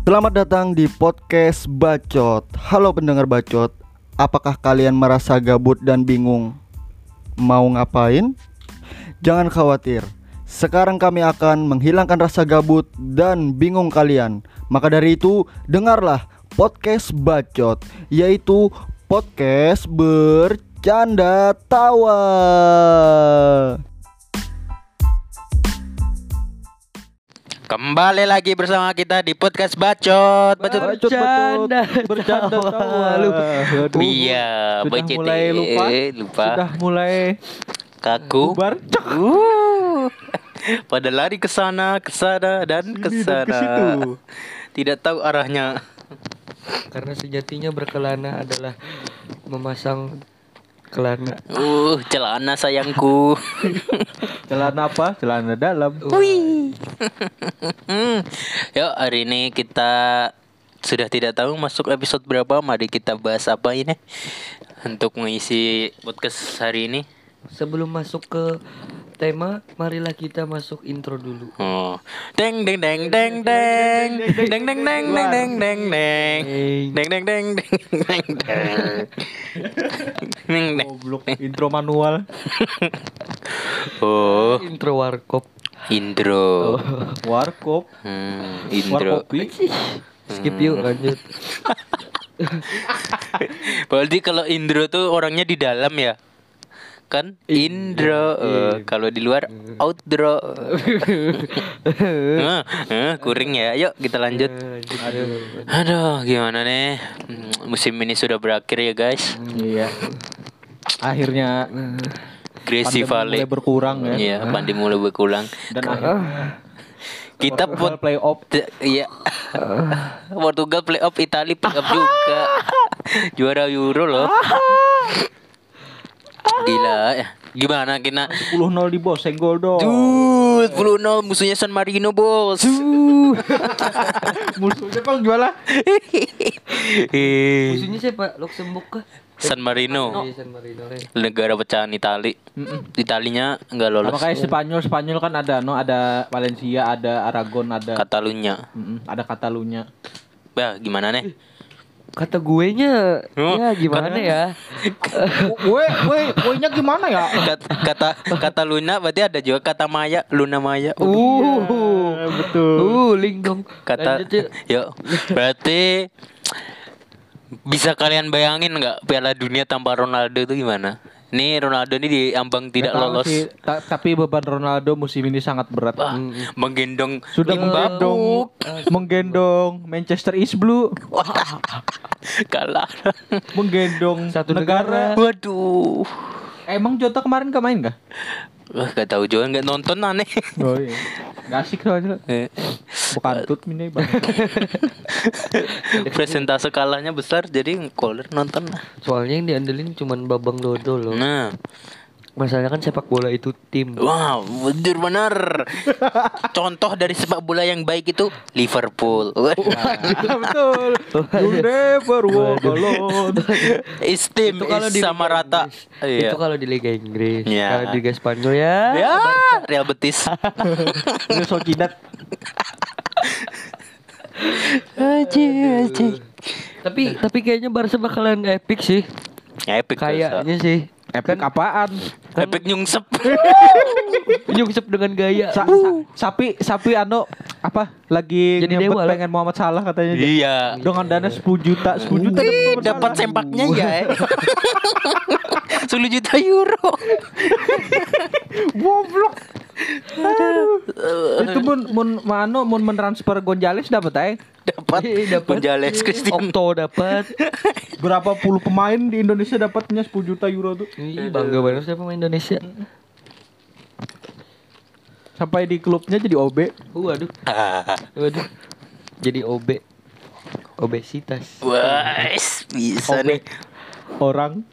Selamat datang di podcast Bacot. Halo pendengar Bacot, apakah kalian merasa gabut dan bingung mau ngapain? Jangan khawatir, sekarang kami akan menghilangkan rasa gabut dan bingung kalian. Maka dari itu, dengarlah podcast Bacot, yaitu podcast bercanda tawa. Kembali lagi bersama kita di podcast Bacot. Bercanda tawa. Iya, Sudah BCT. mulai lupa. Sudah mulai kaku. bubar. Pada lari ke sana dan ke Sini dan ke situ. sana. Tidak tahu arahnya. Karena sejatinya berkelana adalah memasang kelana. Celana sayangku. Celana apa? Celana dalam. Yuk, hari ini kita sudah tidak tahu masuk episode berapa. Mari kita bahas apa ini untuk mengisi podcast hari ini. Sebelum masuk ke tema, marilah kita masuk intro dulu. Oh, deng deng deng deng deng deng deng deng deng deng deng deng deng deng deng deng deng deng. Goblok. Intro manual. Oh, Intro warkop. intro. Warkop. Intro. Warkopi. Skip yuk, lanjut. Berarti kalau intro tuh orangnya di dalam ya? Kan intro. Kalau di luar outro. Kuring ya. Yuk kita lanjut. Aduh, gimana nih? Musim ini sudah berakhir ya guys. Iya. Akhirnya Gracie pandemi Valley mulai berkurang ya. Iya, pandemi mulai berkurang. Dan akhirnya Kita Portugal playoff. Iya. Portugal playoff, Italia playoff juga. Juara Euro loh. Gila. Gimana kita? 10-0 di bos, senggol dong. 10-0 musuhnya San Marino, Bos. Musuhnya kalau jualan. Musuhnya siapa? Luxembourg kah? San Marino, San Marino. negara pecahan Itali. Italinya enggak lolos. Apa kayak Spanyol kan ada ada Valencia, ada Aragon, ada Catalunya. ada Catalunya. Bah, gimana nih? Kata gue nya, Oh, ya gimana ya? Woi-nya gimana ya? Kata Luna berarti ada juga kata Maya, Luna Maya. Betul. Link dong. Kata Lanjut yuk. yuk. Berarti bisa kalian bayangin nggak Piala Dunia tanpa Ronaldo itu gimana? Nih Ronaldo ini diambang tidak Nggak tahu lolos. sih, tapi beban Ronaldo musim ini sangat berat. Menggendong Sudah Mbappe. menggendong Manchester East Blue, Kalah. menggendong Satu negara. Waduh. Emang Jota kemarin gak main gak? Gak tahu juga, nggak nonton aneh. Oh iya. Gak asik soalnya. Bukan tut ini bang. Presentase kalahnya besar jadi caller nonton lah. Soalnya yang diandelin cuman Babang Dodo loh. Nah, Masalahnya kan sepak bola itu tim. wow, benar. Contoh dari sepak bola yang baik itu Liverpool. Betul. You never walk alone. Is team Itu kalau is di sama Liga rata. Inggris. Iya. Itu kalau di Liga Inggris. Iya. Kalau di Liga Spanyol ya. Ya, Real Betis. Ini Sociedad. Aji. Tapi kayaknya Barca bakalan epic sih. Ya, epic Kayaknya sih. Epic apaan? Epic nyungsep. Nyungsep dengan gaya. Sapi apa lagi Jadi nyempet dewa lah. pengen Muhammad Salah katanya. Iya. Dengan dana 10 juta Wih, dapat Salah. sempaknya ya. 10 juta euro. Goblok. Itu mun mentransfer Gonzales dapat aja. Dapat Gonzales Christian. Okto dapat. Berapa puluh pemain di Indonesia dapatnya 10 juta euro tuh. Ih, bangga banget saya pemain Indonesia. Sampai di klubnya jadi OB. Waduh. Waduh. Jadi obesitas. Wah, bisa OB. nih. Orang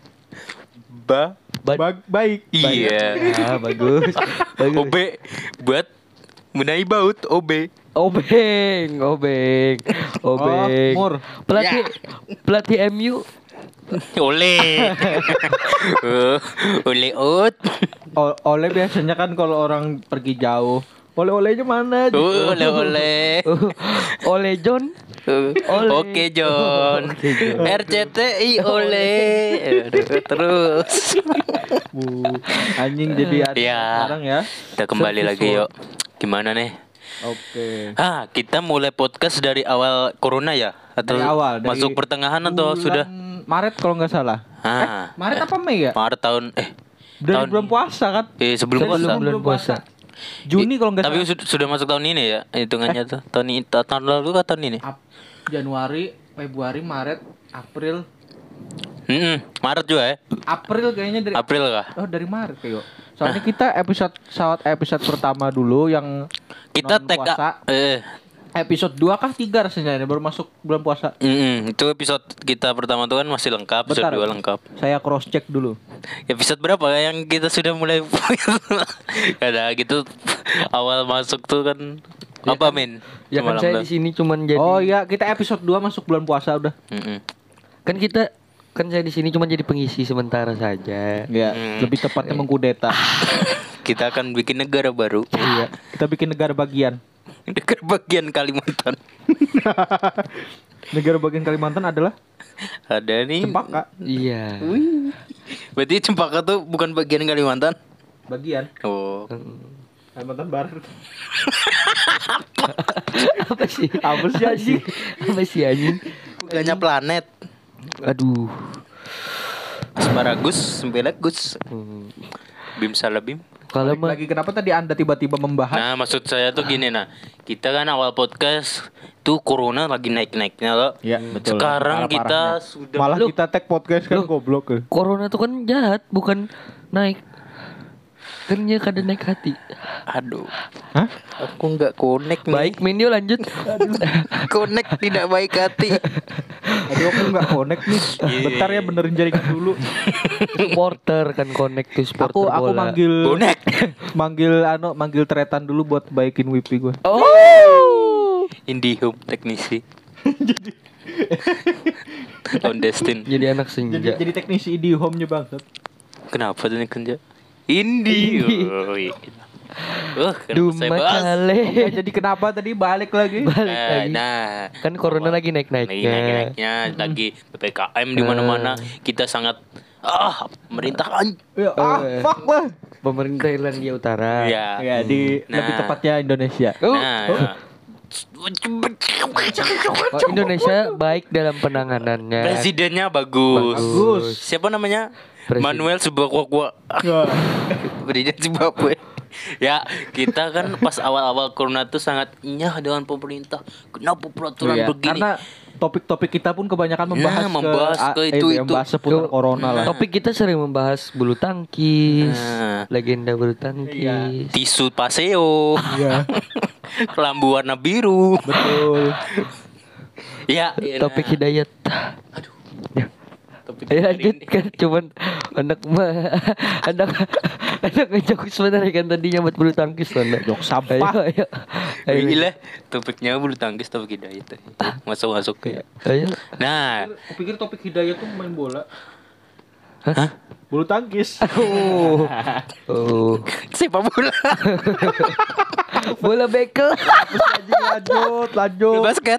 baik. Iya. Bagus. OB buat menaik baut OB. Obeng. Oh, Mur. Pelatih MU. Oleh. Oleh out. Oleh biasanya kan kalau orang pergi jauh, oleh-olehnya mana? Oleh-oleh. Oleh John. Oke John. RCTI oleh. Aduh, terus. Anjing jadi ada Ya. sekarang ya. Kita kembali lagi yuk. Gimana nih? Oke. Kita mulai podcast dari awal corona ya? Atau Dari awal, dari masuk pertengahan atau bulan sudah? Maret kalau nggak salah. Maret apa Mei ya? Maret tahun Dari tahun- bulan puasa kan? sebelum puasa. Bulan puasa. Juni kalau nggak Tapi salah. sudah masuk tahun ini ya hitungannya tuh. Tahun lalu kan tahun ini. Januari, Februari, Maret, April. Maret juga ya? April kayaknya dari April kah? Oh, dari Maret kayak. Soalnya kita episode pertama dulu yang Kita non TK puasa. Episode 2 kah 3 rasanya ini baru masuk bulan puasa. itu episode kita pertama tuh kan masih lengkap, episode 2 lengkap. Saya cross check dulu. Episode berapa yang kita sudah mulai ada gitu awal masuk tuh kan apa Min? Ya kan Semalam saya tuh. di sini cuman jadi Oh iya, kita episode 2 masuk bulan puasa udah. Mm-mm. kan saya di sini cuma jadi pengisi sementara saja. Ya, lebih tepatnya mengkudeta. Kita akan bikin negara baru. Iya, kita bikin negara bagian. Negara bagian Kalimantan. Negara bagian Kalimantan adalah Ada nih. Cempaka. Iya. Berarti Cempaka tuh bukan bagian Kalimantan. Bagian Oh. Kalimantan Barat. Apa sih? Apa sih anjing? Apa sih anjing? Bukannya planet. Aduh. Asparagus, Sembelagus. Bim salabim. Kalau mah Lagi kenapa tadi Anda tiba-tiba membahas? Nah, maksud saya tuh gini kita kan awal podcast tuh corona lagi naik-naiknya loh. Ya, betul. Sekarang kita Parah-parahnya. sudah Malah kita tag podcast kan goblok ya. corona tuh kan jahat, bukan naik. Kan dia kada naik hati. aduh. Hah? Aku nggak connect nih. Baik, Mindio lanjut. Connect tidak baik hati. Aduh aku nggak connect nih. Bentar ya benerin jaringan dulu. Supporter kan connect to supporter Aku bola. manggil Bonek. manggil Tretan dulu buat baikin wifi gue. Oh. IndiHome teknisi. On Destin. Jadi anak senja. Jadi teknisi di home-nya banget. Kenapa tuh nih kerja? Indi. Oh, iya. Kenapa saya Duma bahas? kale. Ya, jadi kenapa tadi balik lagi? Balik lagi. Nah, Kan corona lagi lagi naik-naiknya. naik-naiknya, lagi PPKM di mana-mana. Kita sangat pemerintahan. Ya, fuck lah. Pemerintah Irlandia Utara. Ya. Ya di Nah. lebih tepatnya Indonesia. Nah, Oh, Indonesia baik dalam penanganannya. presidennya bagus. Bagus. Siapa namanya? Presiden. Manuel Subakwa. Presiden Zimbabwe. Ya, kita kan pas awal-awal corona tuh sangat nyah dengan pemerintah. Kenapa peraturan Iya, begini? karena topik-topik kita pun kebanyakan Ya, membahas ke itu. membahas seputar corona lah. Topik kita sering membahas bulu tangkis, Nah. legenda bulu tangkis. Tisu paseo. Iya, Kelambu warna biru. betul. Ya, Topik hidayat. topik Ya hari lanjut ini. kan cuman anak ngejok sebenarnya kan tadinya buat bulu tangkis tuh anak. Jok sampah. Ayo, ayo. Gila, topiknya bulu tangkis topik hidayat. Masuk ya. Ayo. Nah, Aku pikir topik hidayah tuh main bola. hah? Bulu tangkis. Oh. Sepak bola. Bola bekel. lanjut. Basket.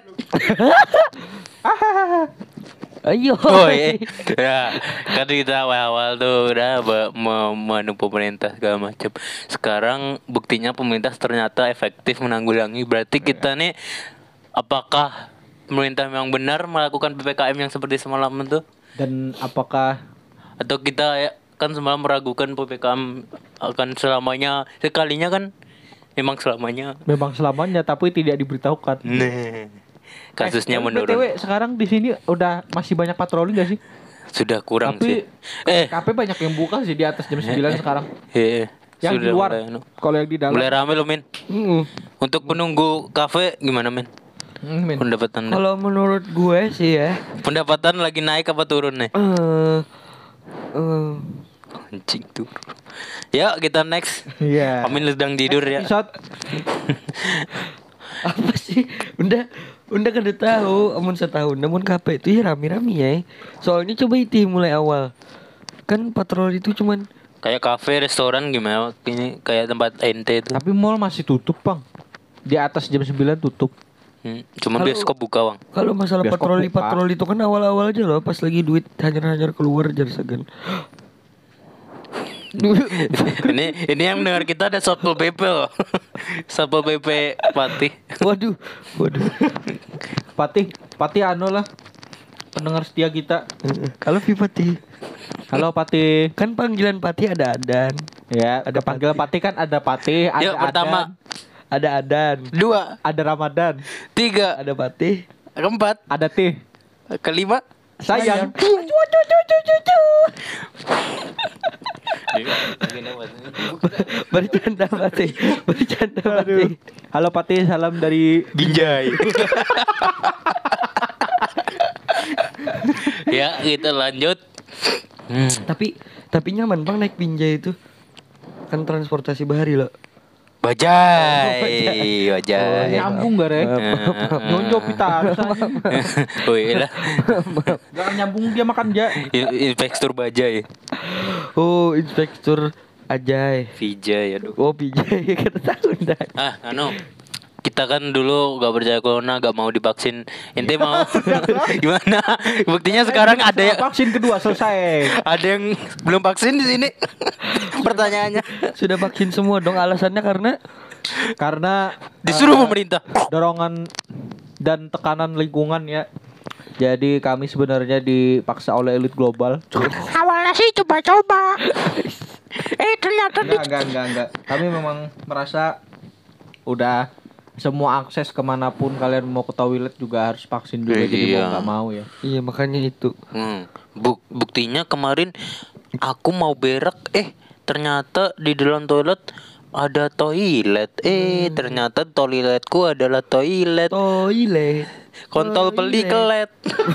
Ayo. Oh iya. Ya, kan kita awal-awal tuh udah menu pemerintah segala macam. Sekarang buktinya pemerintah ternyata efektif menanggulangi. Berarti kita nih apakah pemerintah memang benar melakukan PPKM yang seperti semalam itu? Dan apakah Atau kita kan semalam meragukan PPKM akan selamanya, sekalinya kan memang selamanya. memang selamanya tapi tidak diberitahukan? Nah, kasusnya Tapi menurun. BTW sekarang di sini udah masih banyak patroli gak sih? Sudah kurang Tapi sih. KP banyak yang buka sih di atas jam 9 sekarang. Yang di sudah luar. mulai, Kalau yang di dalam. mulai rame loh, Min. Mm. Untuk penunggu kafe gimana, Min? Men. Pendapatan Kalau menurut gue sih ya, pendapatan lagi naik apa turun nih? Anjing tuh. Ya, kita next. Iya. Amin sedang tidur ya. Episode apa sih? Udah kan udah tahu, amun setahun, namun KP itu ya rame-rame ya. Soalnya coba itu mulai awal. Kan patroli itu cuman Kayak kafe, restoran gimana? Ini kayak tempat ente itu. tapi mall masih tutup, Bang. Di atas jam 9 tutup. Cuma Kalau- bioskop buka, Bang. Kalau masalah Bioskop patroli itu kan awal-awal aja loh, pas lagi duit hanyar-hanyar keluar jadi segan. ini yang dengar kita ada Satpol PP loh. Satpol PP Pati. Waduh. Pati anu lah. Pendengar setia kita. Kalau Pati, Halo Pati. kan panggilan Pati ada adan, Ya, ada panggilan Pati kan ada Pati, ada Yuk, pertama. Adan, ada adan, 2, ada Ramadan, 3, ada Pati. 4, ada Teh. 5. Sayang. Bercanda Pati. Halo Pati, salam dari Binjai. Ya, kita lanjut. Tapi nyaman bang naik Binjai itu. Kan transportasi bahari loh. Bajai. nyambung gak Rek? Nyonjo pita. Oh iya lah. Gak nyambung dia makan ja. Inspektur bajai. Oh, inspektur Ajay. Vijay, aduh. Oh, Binjai kan tahu dah. Kita kan dulu gak percaya corona, gak mau divaksin. Ente mau gimana? Buktinya sekarang ada yang vaksin kedua selesai. ada yang belum vaksin di sini. Pertanyaannya Sudah vaksin semua dong, alasannya Karena disuruh pemerintah. dorongan dan tekanan lingkungan ya. Jadi kami sebenarnya dipaksa oleh elit global. Awalnya sih coba-coba. Ternyata Enggak. Kami memang merasa udah semua akses kemanapun kalian mau ke toilet juga harus vaksin juga. Jadi mau nggak mau ya. Iya, makanya itu. Buktinya kemarin aku mau berak, ternyata di dalam toilet ada toilet. Ternyata toiletku adalah toilet. Toilet. Kontol beli kelet.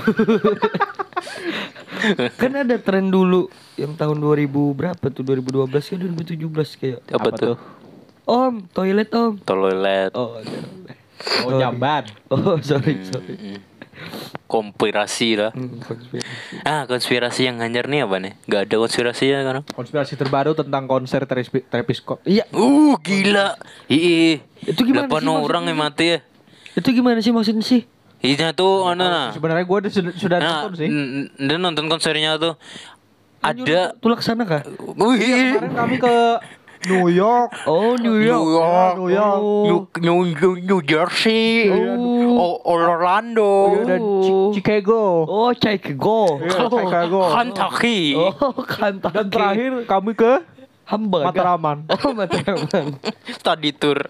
Kan ada tren dulu yang tahun 2000 berapa tuh, 2012 ya 2017 kayak. Apa tuh? Om, toilet om. Toilet. Oh, Oh jamban. oh sorry. Konspirasi lah. Konspirasi. Konspirasi yang hanyar nih apa nih? Gak ada konspirasi ya sekarang. Konspirasi terbaru tentang konser Travis Scott. Iya, Gila. Itu gimana 8 sih orang yang mati ya. itu gimana sih maksudnya sih? Iya tuh Sebenarnya gue sudah nonton sih. Dia nonton konsernya tuh. Ada Tuh laksana kah? Kemarin kami ke New York. Oh, New York. New Jersey, Orlando, Dan Chicago. Oh, Chicago. Chicago. Kentucky. Oh, Kentucky. Dan terakhir kami ke Hamburg. Matraman. Oh, Matraman. Study tour.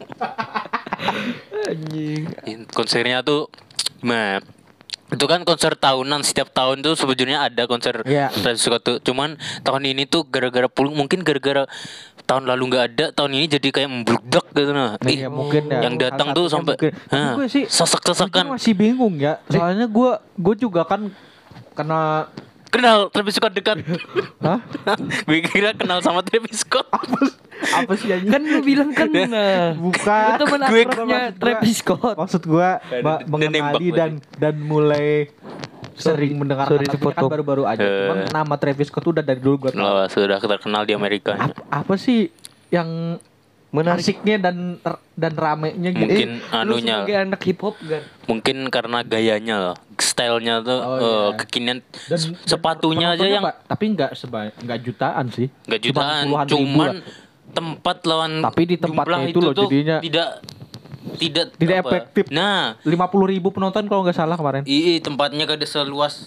Anjing. Konsernya tuh, itu kan konser tahunan, setiap tahun tuh sebetulnya ada konser Iya. Travis Scott tuh. Cuman tahun ini tuh mungkin gara-gara tahun lalu nggak ada, tahun ini jadi kayak membludak gitu nah. Iya, mungkin ya. Yang datang Salah tuh satunya sampai mungkin. Tapi gue sih sesak-sesakan. gue masih bingung ya. Soalnya gue juga kan kena Kenal Travis Scott dekat. Hah? Gue kira kenal sama Travis Scott. Apa sih anjing? Kan lu bilang kan nah. Bukan. Itu teman Gue- akrabnya Travis Scott. Maksud gue Dan mengenali nembak dan mulai sering mendengar sorry, kata kan dipotong. baru-baru aja. Cuman nama Travis Scott udah dari dulu gue tahu. Sudah terkenal di Amerika. Apa sih yang Menarik. asiknya dan ramenya gitu? Mungkin Lu anunya. sebagai anak hip hop kan. Mungkin karena gayanya loh, stylenya tuh Oh, iya. kekinian. Dan Sepatunya aja penontonnya, yang Pak, tapi nggak jutaan sih. nggak jutaan, Puluhan ribu cuman lah. tempat lawan Tapi di tempatnya jumlah itu loh, tuh jadinya tidak tidak apa. efektif. Nah, 50.000 penonton kalau nggak salah kemarin. tempatnya kada seluas.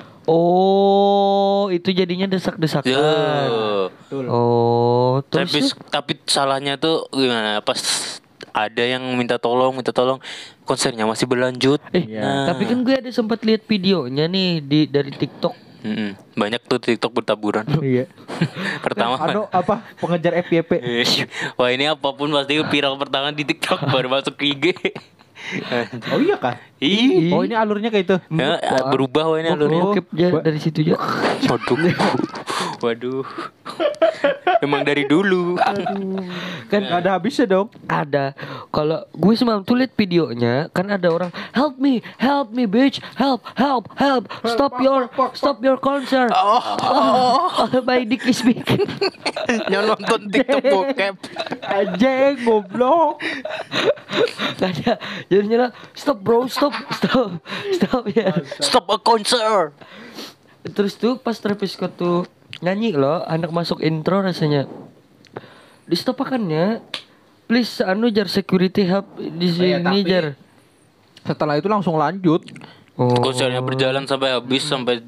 Oh, itu jadinya desak-desakan. Yo. Oh, terus Tapi salahnya tuh gimana? Pas ada yang minta tolong, konsernya masih berlanjut. Iya. tapi kan gue ada sempat lihat videonya nih dari TikTok. Banyak tuh TikTok bertaburan. Iya. Pertama apa pengejar FYP. Wah ini apapun pasti viral pertama di TikTok baru masuk ke IG. Oh iya kah? Ih, Oh ini alurnya kayak itu. berubah wah ini alurnya. Bokep ya, dari situ ya. Waduh. Emang dari dulu. Kan Gak ada habisnya dong. ada. Kalau gue semalam tuh liat videonya, kan ada orang help me bitch, help, stop your concert. Oh, my dick is big. Yang nonton TikTok bokep. Anjing goblok. Gak ada. Jadinya stop bro, stop ya. Stop a concert. Terus tuh pas Travis Scott tuh nyanyi loh, anak masuk intro rasanya di stopakannya, please anu jar security help di iya, sini tapi- jar. Setelah itu langsung lanjut. Oh. Konsernya berjalan sampai habis sampai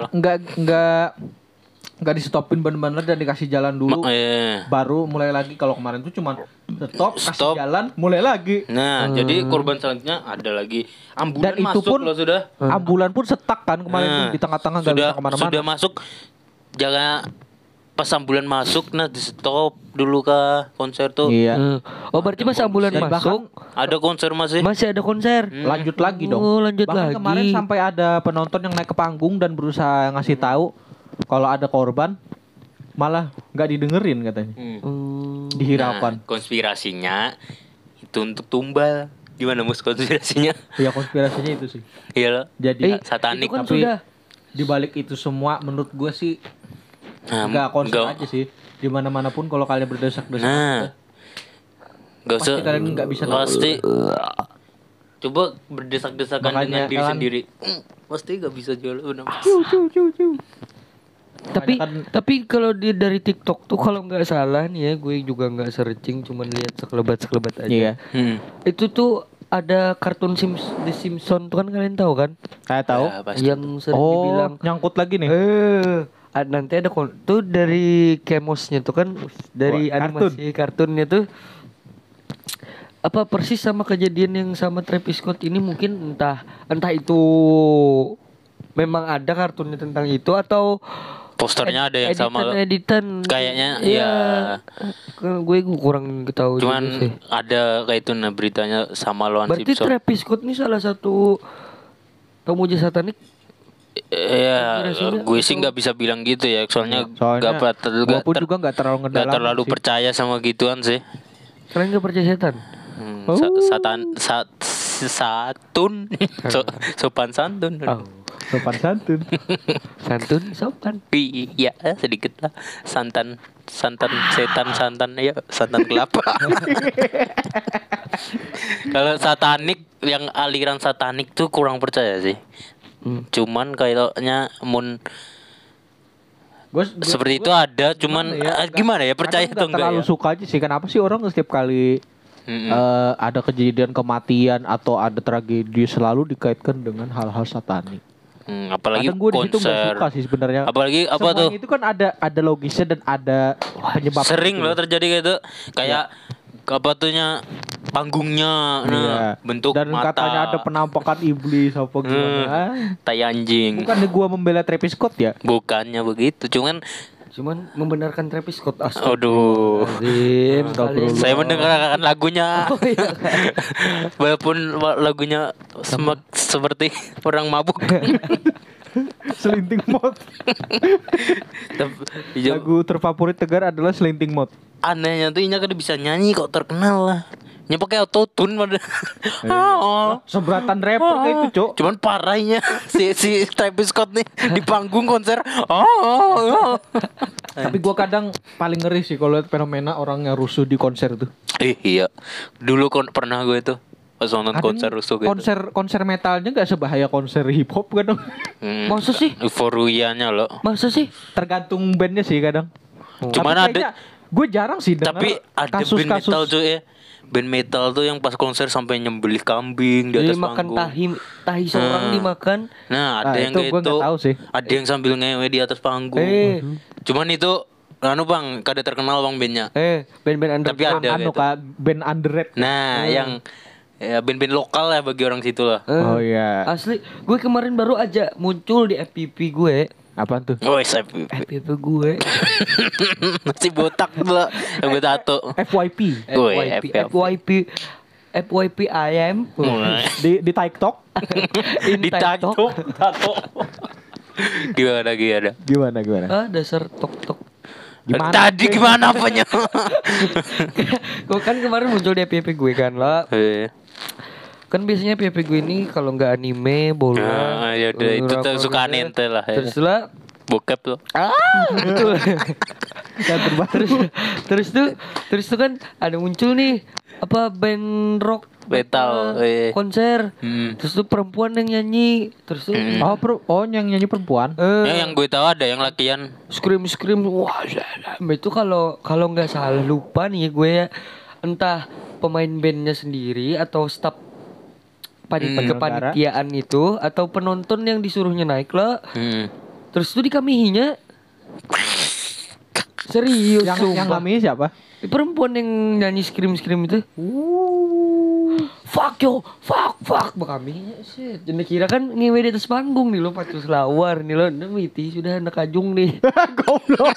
Enggak di stopin bener-bener dan dikasih jalan dulu. Baru mulai lagi. Kalau kemarin tuh cuman stop, kasih Stop. jalan, mulai lagi. Nah, jadi korban selanjutnya ada lagi. Ambulan Dan itu masuk pun loh sudah. ambulan pun setak kan kemarin tuh di tengah-tengah gak bisa kemana-mana. Sudah masuk. Jangan pas ambulan masuk, nah di stop dulu kah konser tuh. Iya. Oh berarti pas ambulan Dan masuk Ada konser masih. masih ada konser. Lanjut lagi dong. Oh, lanjut Bahkan lagi. kemarin sampai ada penonton yang naik ke panggung dan berusaha ngasih tahu kalau ada korban, malah nggak didengerin katanya. Dihiraukan. Nah, konspirasinya itu untuk tumbal. Gimana mus konspirasinya? Ya konspirasinya itu sih. Iya loh. Jadi Satanik. itu kan tapi sudah. di balik itu semua menurut gue sih Nah, nggak konser nggak- aja sih. Di mana-mana pun kalau kalian berdesak-desak, Nah, nggak usah. Pasti kalian nggak bisa Pasti. Coba berdesak-desakan Makanya dengan diri kalian- sendiri. Pasti nggak bisa jual nafas. Tapi kalau dari TikTok tuh kalau nggak salah nih ya, gue juga nggak searching, cuman lihat sekelebat aja. Iya. Itu tuh ada kartun The Simpsons tuh kan, kalian tahu kan? Saya tahu. Ya, pasti. Yang sering dibilang Nyangkut lagi nih. nanti ada tuh dari Kemosnya tuh kan, dari Wah, animasi kartunnya tuh apa persis sama kejadian yang sama Travis Scott ini. Mungkin entah itu memang ada kartunnya tentang itu atau Posternya ada yang sama loh. editan Kayaknya iya. ya. Kan gue kurang tahu juga sih. Cuman ada kayak itu nah beritanya sama lawan Berarti Simpson. Travis Scott ini salah satu pemuja satanik. Iya, Konspirasinya gue sih atau- nggak bisa bilang gitu ya. Soalnya Soalnya gua pun juga nggak terlalu nggak ngedalam terlalu sih. percaya sama gituan sih. Kalian gak percaya setan? Satun, sopan santun. Sopan santun. Santun, sopan. Iya, sedikit lah. Santan setan, ya santan kelapa. Kalau satanik, yang aliran satanik tuh kurang percaya sih. Cuman kayaknya seperti itu ada, cuman gimana ya percaya atau enggak terlalu ya? suka aja sih. Kenapa sih orang setiap kali ada kejadian kematian atau ada tragedi selalu dikaitkan dengan hal-hal satanik? Apalagi Kadang gue di situ nggak konser. suka sih sebenarnya. Apalagi apa Semuanya tuh? itu kan ada logisnya dan ada penyebab. Sering loh terjadi kayak itu. Kayak apa tuhnya panggungnya, nah, Iya. bentuk dan mata. katanya ada penampakan iblis apa gimana. Tai anjing. Bukannya gue membela Travis Scott ya? Bukannya begitu, cuman membenarkan Travis Scott. aduh. Astagfirullahaladzim. Saya mendengarkan lagunya. Oh, iya. Walaupun lagunya seperti orang mabuk. Selinting mod. Iya, Lagu terfavorit Tegar adalah Selinting mod. anehnya tuh Inya kan bisa nyanyi kok terkenal lah. Nya pakai autotune pada. Seberatan rapper kayak itu, Cok. Cuman parahnya si Travis Scott nih di panggung konser. Tapi gua kadang paling ngeri sih kalau lihat fenomena orang yang rusuh di konser tuh. Iya. Dulu pernah gue tuh pas nonton Kadang konser rusuh gitu. konser metalnya nggak sebahaya konser hip hop kadang. Masa sih? Euforianya loh. Masa sih? Tergantung bandnya sih kadang. Cuman ada, gue jarang sih dengar tapi ada band metal cuy ya. Band metal tuh yang pas konser sampai nyembelih kambing di Jadi atas makan panggung. tahi seorang dimakan. Nah, ada Nah, yang itu kayak gua itu. nggak tahu sih. Ada yang sambil ngewe di atas panggung. Cuman itu anu Bang, kada terkenal Bang bandnya. Band-band Tapi underground. ada Anu gitu. kak band underrated. Nah, yang ya band-band lokal ya bagi orang situ lah. Oh iya. Asli, gue kemarin baru aja muncul di FPP gue. Apaan tuh? Oh, FYP. FPP gue. Si botak pula yang gue tato. FYP. FYP IM Di TikTok. Di tato. Gimana? Gimana? dasar tok tok. Gimana? Tadi gimana apanya? Gue kan kemarin muncul di FYP gue kan lah. Kan biasanya FYP gue ini kalau nggak anime, bola. Ya udah itu tuh sukaan ente lah. Terus lah Bokep lo. betul. terus tuh kan ada muncul nih apa band rock Metal, konser. Hmm. Terus tuh perempuan yang nyanyi. Terus tuh Yang nyanyi perempuan. Yang gue tahu ada yang lakian. scream wah itu kalau nggak salah lupa nih gue ya, entah pemain bandnya sendiri atau staf kepanitiaan itu atau penonton yang disuruhnya naik lah. Terus tuh dikamihinya serius Yang sumpah. kami siapa? Perempuan yang nyanyi scream itu. Fuck yo, fuck kami shit. Jadi kira kan ngewe di atas panggung nih lo pacul selawar nih lo, miti sudah anak kajung nih. Goblok.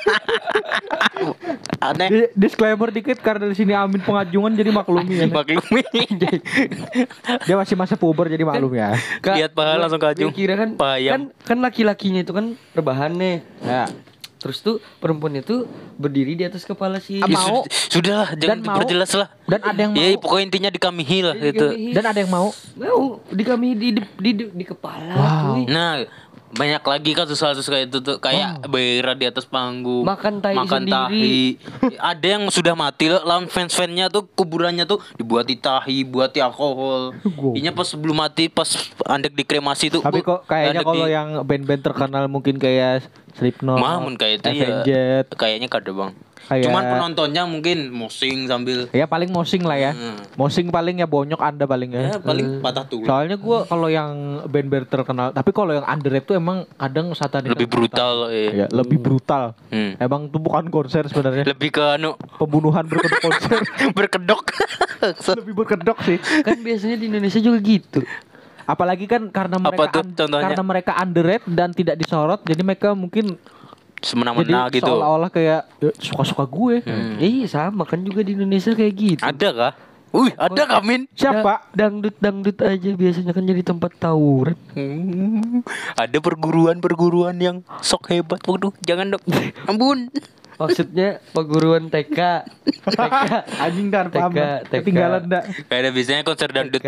Aneh. Disclaimer dikit karena di sini Amin pengajungan jadi maklumi ya. Maklumi. Dia masih masa puber jadi maklum ya. Lihat paha langsung kajung. Kira kan Bayam. kan laki-lakinya itu kan rebahan nih. Ya. Terus tuh perempuan itu berdiri di atas kepala si Mau. Sudahlah, jangan Dan mau. diperjelas lah. Dan ada yang mau. Ya pokoknya intinya dikamihi lah gitu. Dan ada yang mau. dikami di kepala cuy. Nah, banyak lagi kasus-kasus kayak itu tuh, kayak Beira di atas panggung, Makan tai sendiri. Ada yang sudah mati lah, lawan fans-fansnya tuh kuburannya tuh dibuati tahi, buati alkohol. Inya pas sebelum mati, pas andek dikremasi tuh. Tapi kok kayaknya kalau yang band-band terkenal mungkin kayak Slipknot, Mamun kayak itu ya. Avenged. Kayaknya kada bang. Kayak- Cuman penontonnya mungkin mosing sambil. Ya paling mosing lah ya. Mosing paling ya bonyok Anda paling ya. Ya paling patah tulang. Soalnya gue kalau yang band-band terkenal, tapi kalau yang underrated tuh emang kadang satanis Lebih brutal. ya, lebih brutal. Hmm. Emang tuh bukan konser sebenarnya. Lebih ke anu Pembunuhan berkedok konser. berkedok. Lebih berkedok sih. Kan biasanya di Indonesia juga gitu. Apalagi kan karena Apa mereka tuh contohnya? karena mereka underrated dan tidak disorot, jadi mereka mungkin Semena-mena jadi gitu. seolah-olah kayak suka-suka gue. Iya sama kan juga di Indonesia kayak gitu. Ada kah? Wih, ada kah Min? Siapa? Dangdut aja biasanya kan jadi tempat tawuran. Ada perguruan yang sok hebat. Waduh, jangan dong. Ampun. Maksudnya perguruan TK. Anjing dan paham. TK. Ketinggalan dah. Kayak ada biasanya konser dangdut.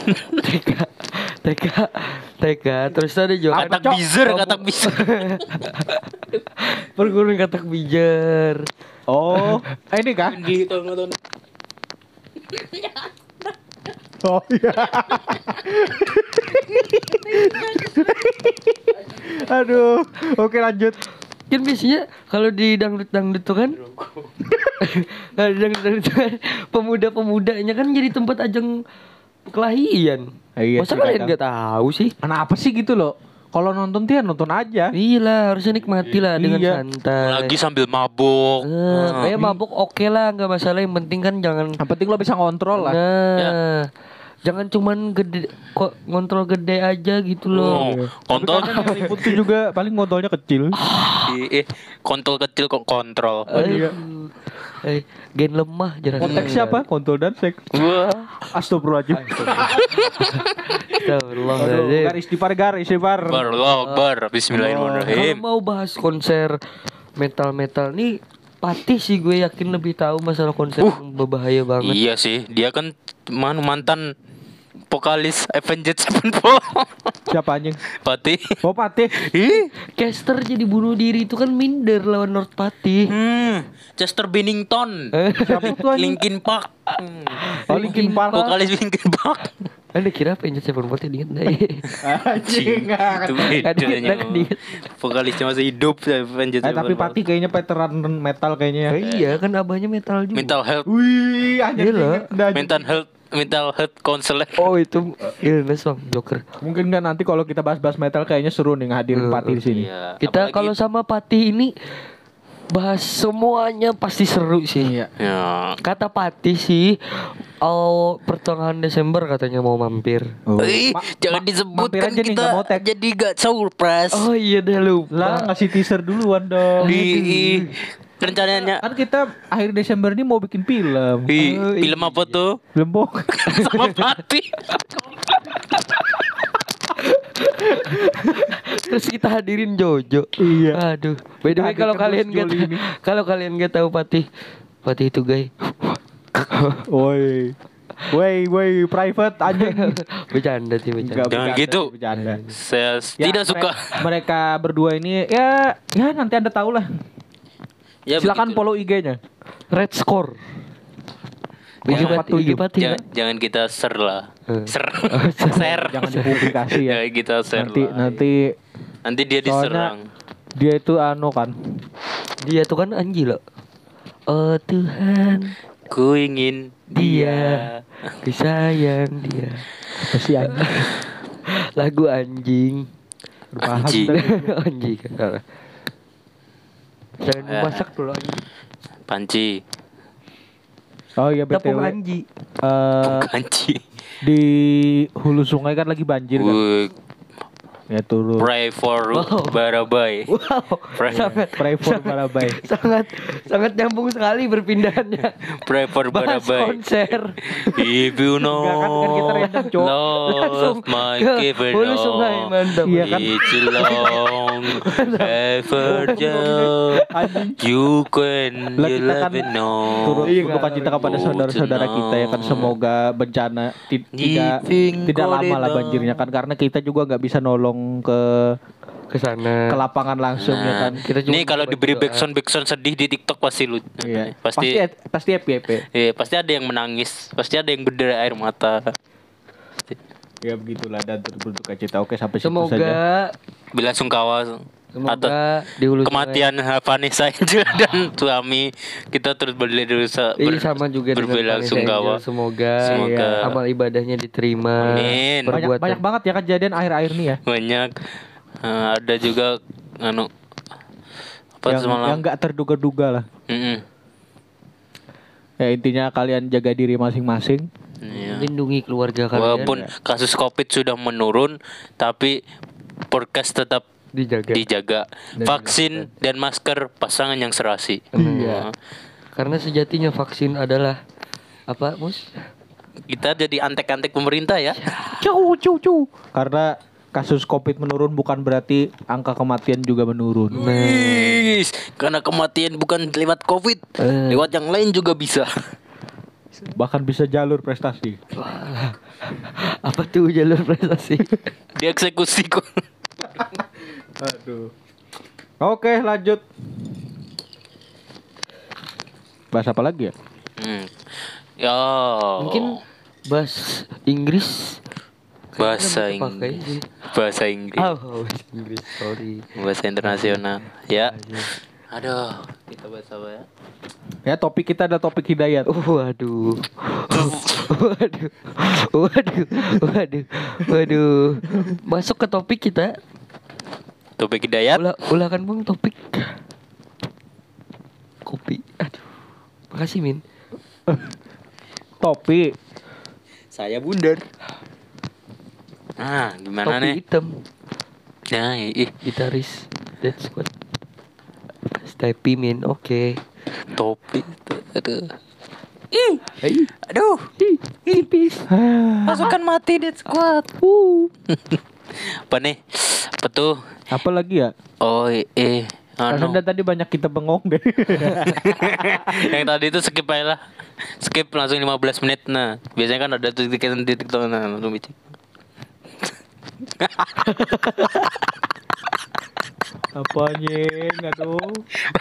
TK. Terus ada juga Katak bizer. perguruan katak bijar. Oh, ini kah? Oh iya. Aduh, oke lanjut. Kan biasanya kalau di dangdut tuh kan kalau di dangdut tuh kan pemuda-pemudanya kan jadi tempat ajang kelahian. Iya Masa sih, kalian kadang. nggak tahu sih? Kenapa sih gitu loh? Kalau nonton dia nonton aja. Iya lah, harusnya nikmati lah dengan Iya. santai. Lagi sambil mabuk. Kayak mabuk oke lah, nggak masalah. Yang penting kan jangan. Yang penting lo bisa ngontrol lah. Nah, jangan cuman gede, kok ngontrol gede aja gitu loh. Kontol Ribut tuh juga paling ngontrolnya kecil. kontol kecil kok kontrol. Iya. Gen lemah jangan. Konteksnya apa? Kontrol dan seks. Wah. Astagfirullahaladzim. Astagfirullahaladzim. Garis ipar. Allahu Akbar. Kalau Bismillahirrahmanirrahim. mau bahas konser metal nih Patih sih gue yakin lebih tahu masalah konser yang berbahaya banget. Iya sih, dia kan mantan vokalis Avenged Sevenfold. Siapa anjing? Patih. Oh Patih. Caster jadi bunuh diri itu kan minder lawan Lord Patih. Chester Bennington. Siapa tuh anjing? Linkin Park. Oh Linkin Park. Vokalis Linkin Park. Anda kira apa Avenged Sevenfold inget enggak? Anjing. Itu bedanya. Kan dia. Vokalisnya masih hidup Avenged Tapi Sevenfold. Patih kayaknya veteran metal kayaknya ya. Iya kan abahnya metal juga. Mental health, Wih, anjir Gila. inget dah. mental health counselor. Oh itu illness bang Joker. Mungkin kan nanti kalau kita bahas-bahas metal kayaknya seru nih ngadirin Patih di sini. Iya, Kita apalagi- kalau sama Patih ini bahas semuanya pasti seru sih. Iya. Ya. Kata Patih sih, pertengahan Desember katanya mau mampir. Ih, jangan disebut mampir kan aja nih, kita nggak mau tag. jadi gak surprise. Oh iya dah lupa. Lah ngasih teaser duluan dong. Rencananya Kan kita akhir Desember ini mau bikin film. film apa tuh? Film bok. Sama Patih. Terus kita hadirin Jojo. Iya. Aduh. By the way kalau kalian nggak tahu Patih itu gay. Woi, private anjing. Bercanda sih bercanda. Jangan gitu. Bercanda. Saya Ya, tidak suka. Mereka berdua ini ya nanti Anda tahu lah. Ya, Silakan begitu. follow IG-nya. Red score. IG Patih. Jangan kita share lah. Share. Jangan dipublikasi ya. Jangan kita share lah. Nanti dia diserang. dia itu kan. Dia tuh kan Anji loh. Oh Tuhan, Ku ingin dia, ku sayang dia. Pasti anjing. Lagu anjing. Paham Anjing. tadi. Anjing. Jangan memasak dulu anjing. Panci. Oh iya Tepung BTW. anji. Panci. Di hulu sungai kan lagi banjir kan. Ya turun. Pray for Barabai. Wow, Pray, Pray for Barabai. sangat nyambung sekali berpindahannya. pray for Bahas Barabai. konser. If you know Enggak, kan kita random, Cok. love my ke given hulu sungai, mantap. Iya kan? It's long ever you can Lah, you kita kan love it know. turut Iya, berduka cita kepada saudara-saudara kita ya kan, semoga bencana tidak lama lah banjirnya kan, karena kita juga nggak bisa nolong ke sana. lapangan langsung ya kan. Kita cuma Ini kalau buat diberi doa. backsound sedih di TikTok pasti lucu. Iya. Pasti Pasti happy. iya, pasti ada yang menangis, pasti ada yang berderai air mata. Ya begitulah, dan turut berduka cita. Oke, sampai situ saja. Semoga Bila sungkawa atau di hulu kematian Vanessa Angel dan suami kita terus Ini sama juga dengan berbela Vanessa sungkawa. Angel. Semoga amal ibadahnya diterima. Amin. Banyak banget ya kejadian akhir-akhir nih ya. Banyak. Ada juga apa Yang semalam. nggak terduga-duga lah. Mm-mm. Ya intinya kalian jaga diri masing-masing. Iya. Lindungi keluarga kalian. Walaupun kasus Covid sudah menurun, tapi podcast tetap dijaga. Vaksin dan masker pasangan yang serasi. Iya. Karena sejatinya vaksin adalah apa, Mus? Kita jadi antek-antek pemerintah ya. Cu. Karena kasus Covid menurun bukan berarti angka kematian juga menurun. Wih, karena kematian bukan lewat Covid, lewat yang lain juga bisa. Bahkan bisa jalur prestasi. Apa tuh jalur prestasi? Dieksekusi kok. Aduh. Oke, lanjut. Bahas apa lagi ya? Ya. Mungkin bahas Inggris. Bahasa Pakai Inggris. sih. Bahasa Inggris. Oh, Inggris, sorry. Bahasa internasional. Ya. Aduh, kita bahas apa ya? Ya, topik kita ada topik hidayat. Waduh. Waduh. Masuk ke topik kita. Topik hidayat. Ulakan Bang topik. Kopi. Aduh. Makasih Min. Topik. Saya bundar. Gimana Topi nih? hitam. Nah, Gitaris Dead Squad. Stepi Min. Oke. Topi. Aduh. Hey. Aduh. Tipis. Pasukan mati Dead Squad. Apa nih? Apa tuh? Apa lagi ya? Oh, Karena tadi banyak kita bengong deh. Yang tadi itu skip aja lah. Skip langsung 15 menit. Nah, biasanya kan ada tuh di TikTok, nah langsung bicik. Apanya? Enggak tuh.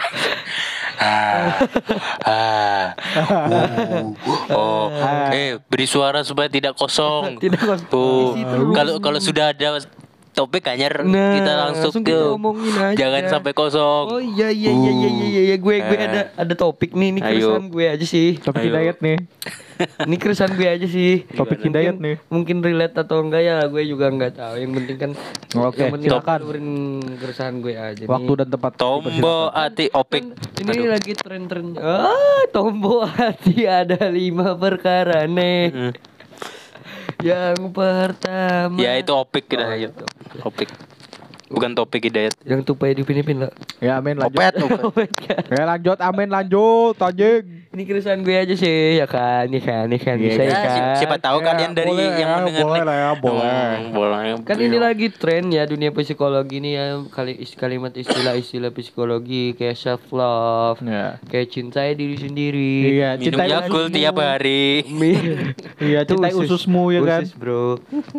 Beri suara supaya tidak kosong. Tidak kosong. Tuh. Isi terus. Kalau sudah ada topik anjir, Nah, kita langsung ke kita omongin aja. jangan sampai kosong. Oh iya gue ada topik nih, ini Ayo. keresahan gue aja sih. Topik Ayo. hidayat nih. Ini keresahan gue aja sih. Topik hidayat nih. Mungkin relate atau enggak ya, gue juga enggak tahu. Yang penting kan Oke, yang penting silakan. dengerin keresahan gue aja Waktu nih. dan tempat. Tombo hati opik. Ini lagi tren-tren. Tombo hati ada 5 perkara nih. Yang pertama. Ya itu opik kita ayo. Opik. Bukan Topik Hidayat. Yang tupai di Filipina lah. Ya amin lanjut. Opet. Ya lanjut amin lanjut anjing. Ini keresahan gue aja sih, ya kan, nih kan, Iya, bisa ya Ya, kan. siapa tahu kalian dari boleh yang ya, mendengar boleh nih. lah ya, boleh. Boleh. Kan ini lagi tren ya dunia psikologi nih ya, kalimat istilah psikologi kayak self love, Ya. kayak cintai diri sendiri. Iya, Minum cintai Yakult ususmu. tiap hari. Iya, Itu cintai ususmu ya kan. Usus, bro.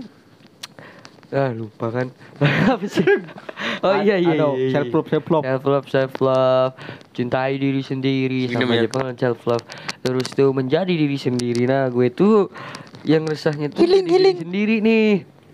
Lupa kan. Apa sih? Oh iya. Aduh, self love. Self love. Cintai diri sendiri Minum sama ya. Jepang self love. Terus tuh menjadi diri sendiri. Nah, gue tuh yang resahnya tuh jadi diri sendiri nih.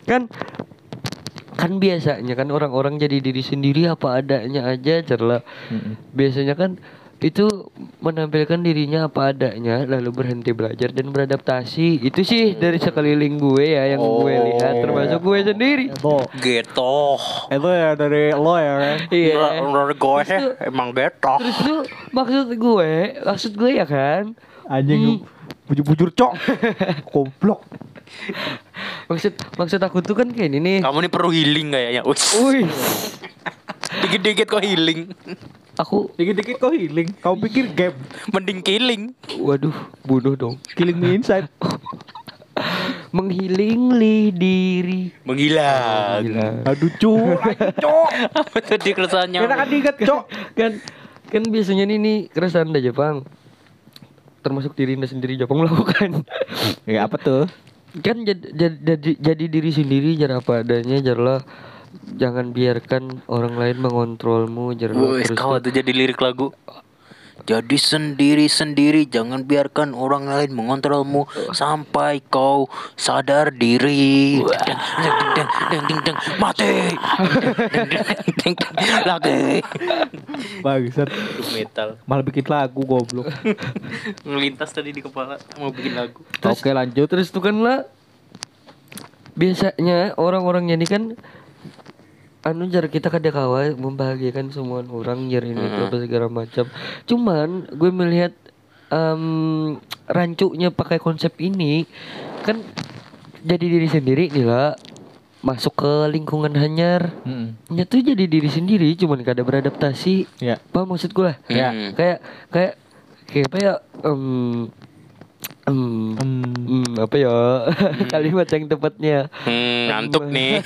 Kan biasanya kan orang-orang jadi diri sendiri apa adanya aja cerlah. Biasanya kan itu menampilkan dirinya apa adanya lalu berhenti belajar dan beradaptasi. Itu sih dari sekeliling gue ya yang gue lihat termasuk gue sendiri. Gitu. Itu ya dari lo ya kan. Iya. Menurut gue sih emang gitu. Terus tuh maksud gue ya kan. Anjing bujur-bujur cok. Goblok. Maksud aku tuh kan kayak ini nih. Kamu nih perlu healing kayaknya. Wih, Dikit-dikit kok healing. aku Dikit-dikit kok healing. Kau pikir game Mending killing. waduh, bunuh dong. killing me inside. Menghiling diri. Menghilang. Gila. Aduh cuk, cok. Apa tadi keresahannya? Enak kan diinget cok. kan biasanya nih keresahan dah Jepang. Termasuk diri anda sendiri Jepang melakukan. Ya apa tuh? Kan jadi diri sendiri jar apa adanya jarlah. Jangan biarkan orang lain mengontrolmu jarlah. Wih, Terus kau tuh jadi lirik lagu. Jadi sendiri-sendiri, jangan biarkan orang lain mengontrolmu sampai kau sadar diri. Mati. Lagi. Bangsat. Metal. Malah bikin lagu goblok. Ngelintas tadi di kepala mau bikin lagu. Oke lanjut. Terus tuh kan lah biasanya orang-orangnya ini kan jar kita kada kawa membahagiakan semua orang jar ini tuh apa segala macam. Cuman gue melihat rancunya pakai konsep ini kan jadi diri sendiri nih lah, masuk ke lingkungan hanyar. Ya tuh jadi diri sendiri cuman kada beradaptasi. Ya. Apa maksud gue lah? Ya. Kayak apa ya? Apa ya kalimat yang tepatnya? Ngantuk nih.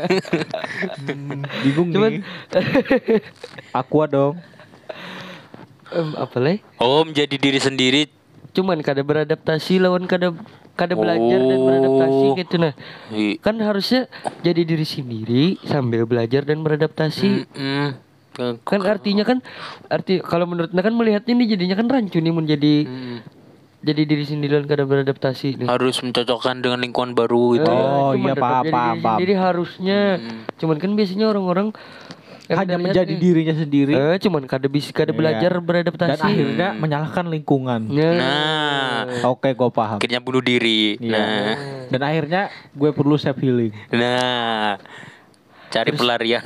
Bingung Cuman nih. Aqua dong. apa leh? Oh, menjadi diri sendiri. Cuman kada beradaptasi lawan kada belajar dan beradaptasi gitu nah. Kan harusnya jadi diri sendiri sambil belajar dan beradaptasi. Kan artinya kan kalau menurut kan melihatnya ini jadinya kan rancu nih menjadi jadi diri sendiri dan kada beradaptasi nih. Harus mencocokkan dengan lingkungan baru gitu. Oh, cuman iya, tetap jadi paham. diri sendiri harusnya. Cuman kan biasanya orang-orang yang Hanya kita lihat menjadi nih, dirinya sendiri. cuman kada Iya. belajar Dan beradaptasi. akhirnya menyalahkan lingkungan. Nah, Oke, gue paham. akhirnya bunuh diri. Iya. Nah, Dan akhirnya gue perlu self healing. cari pelarian.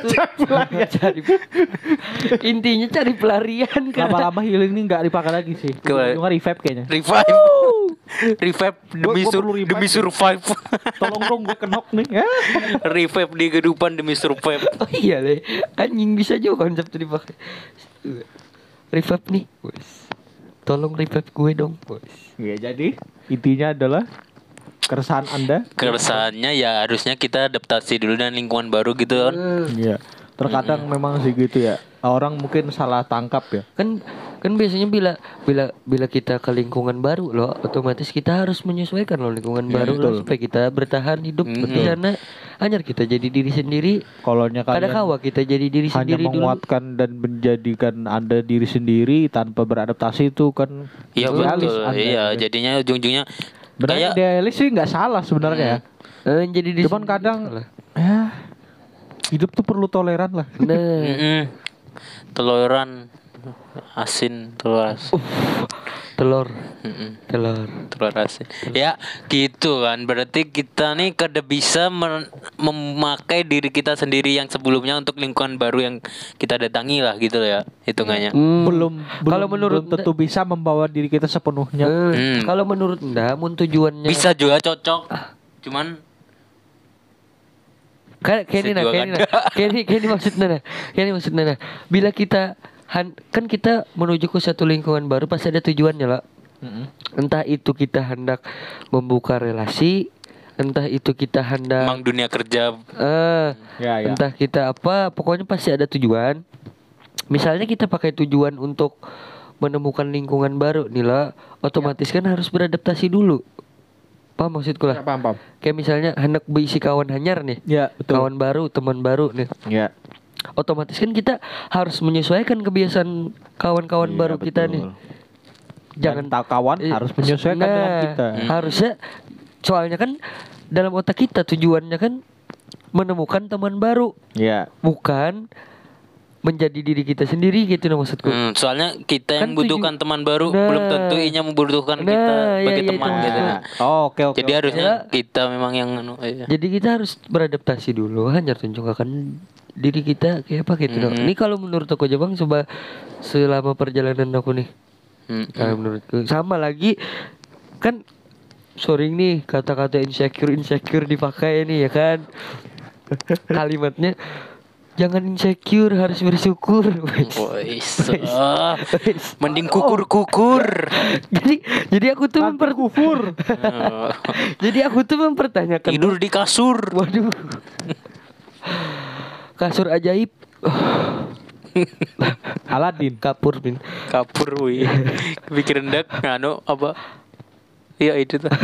Intinya cari pelarian kan. Lama-lama healing ini nggak dipakai lagi sih. Coba. Cuma revive kayaknya. Revive demi Gua perlu revive. demi survive. Tolong dong gue kenok nih. Ya. Revive di kehidupan demi survive. Oh iya le, anjing bisa juga konsep itu dipakai. Revive nih, wes. Tolong revive gue dong, wes. Ya jadi intinya adalah keresahan Anda. Keresahannya ya harusnya kita adaptasi dulu dengan lingkungan baru gitu kan. Iya. Terkadang memang sih gitu ya. Orang mungkin salah tangkap ya. Kan biasanya bila kita ke lingkungan baru loh, otomatis kita harus menyesuaikan loh lingkungan baru loh, betul. supaya kita bertahan hidup di sana. Hanya kita jadi diri sendiri. Kalonya Ada kalian kawa kita jadi diri hanya sendiri dulu. menguatkan dan menjadikan Anda diri sendiri tanpa beradaptasi itu kan Iya idealis betul. Anda. Iya, jadinya ujung-ujungnya Benar kayak idealis sih nggak salah sebenarnya ya. Jadi diri Cuman sendiri kadang salah. ya hidup tuh perlu toleran lah. Nah, teloran asin, telur asin. telur Toleransi. Ya gitu kan. Berarti kita nih kada bisa memakai diri kita sendiri yang sebelumnya untuk lingkungan baru yang kita datangi lah gitu ya hitungannya. Belum Kalau menurut belum tentu bisa membawa diri kita sepenuhnya. Kalau menurut Nda, mun tujuannya Bisa juga cocok. Cuman Kayak ini nah, kayak ini maksudnya nah. Bila kita kan kita menuju ke satu lingkungan baru pasti ada tujuannya lah. Entah itu kita hendak membuka relasi, entah itu kita hendak Emang dunia kerja. Ya. entah kita apa, pokoknya pasti ada tujuan. Misalnya kita pakai tujuan untuk menemukan lingkungan baru nih lah, otomatis kan harus beradaptasi dulu. Paham maksudku lah? Paham. Kayak misalnya hendak berisi kawan hanyar nih, Ya, betul. kawan baru, teman baru nih. Ya. Otomatis kan kita harus menyesuaikan kebiasaan kawan-kawan Iya, baru kita betul. nih. Jangan Dan kawan harus menyesuaikan dengan kita. Harusnya, soalnya kan dalam otak kita tujuannya kan menemukan teman baru, Ya. bukan menjadi diri kita sendiri gitu nah maksudku. Soalnya kita yang Kan membutuhkan teman baru Nah. belum tentu inya membutuhkan kita Nah, sebagai iya, teman itu. gitu. Oke. Jadi harusnya Ya. kita memang yang iya. Jadi kita harus beradaptasi dulu, hanya tunjukkan diri kita kayak apa gitu. Nah. Ini kalau menurut aku aja Bang, coba selama perjalanan aku nih. Kalau menurutku sama lagi kan sering nih kata-kata insecure dipakai nih ya kan. Kalimatnya jangan insecure, harus bersyukur. Boys, mending kukur. Jadi aku tuh Kufur. jadi aku tuh mempertanyakan Tidur di kasur. waduh. Kasur ajaib. Aladin. Kapur Bin. Kapur wih. Pikir rendak ngano apa? Iya itu tuh.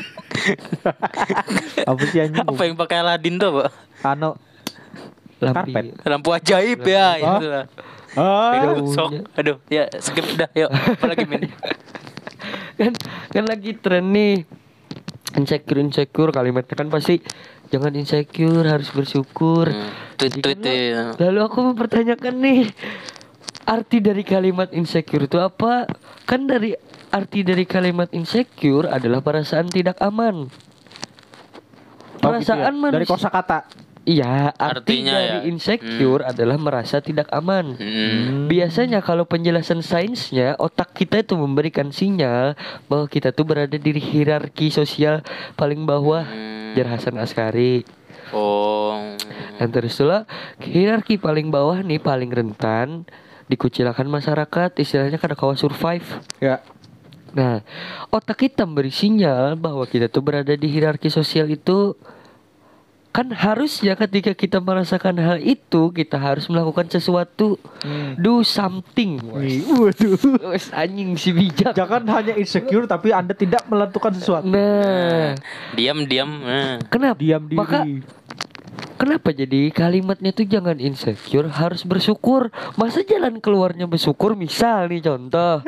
Apa sih anjing? Apa yang pakai Aladin tuh, Pak? Ano. Lampi. Karpet. Lampu ajaib ya, itu lah. Aduh, Daunnya. sok. Aduh, ya skip dah, yuk. Apalagi Min? kan lagi tren nih insecure kalimatnya kan pasti jangan insecure, harus bersyukur. Tweet ya. Lalu aku mempertanyakan nih, arti dari kalimat insecure itu apa? Kan dari arti dari kalimat insecure adalah perasaan tidak aman. Perasaan Dari manusia. kosakata. Iya, arti Artinya dari ya. insecure adalah merasa tidak aman. Biasanya kalau penjelasan sainsnya, otak kita itu memberikan sinyal bahwa kita tuh berada di hierarki sosial paling bawah. Jar Hasan Askari. Oh. Dan terus lah, hierarki paling bawah nih paling rentan dikucilkan masyarakat, istilahnya kada kawa survive. Ya. Nah, otak kita memberi sinyal bahwa kita tuh berada di hierarki sosial itu. Kan harusnya ketika kita merasakan hal itu, kita harus melakukan sesuatu. Do something. Waduh. Wes anjing si bijak. Jangan hanya insecure tapi Anda tidak melakukan sesuatu. Nah, Diam. kenapa? Diam diri. Maka kenapa jadi kalimatnya tuh jangan insecure, harus bersyukur. Masa jalan keluarnya bersyukur? Misal nih contoh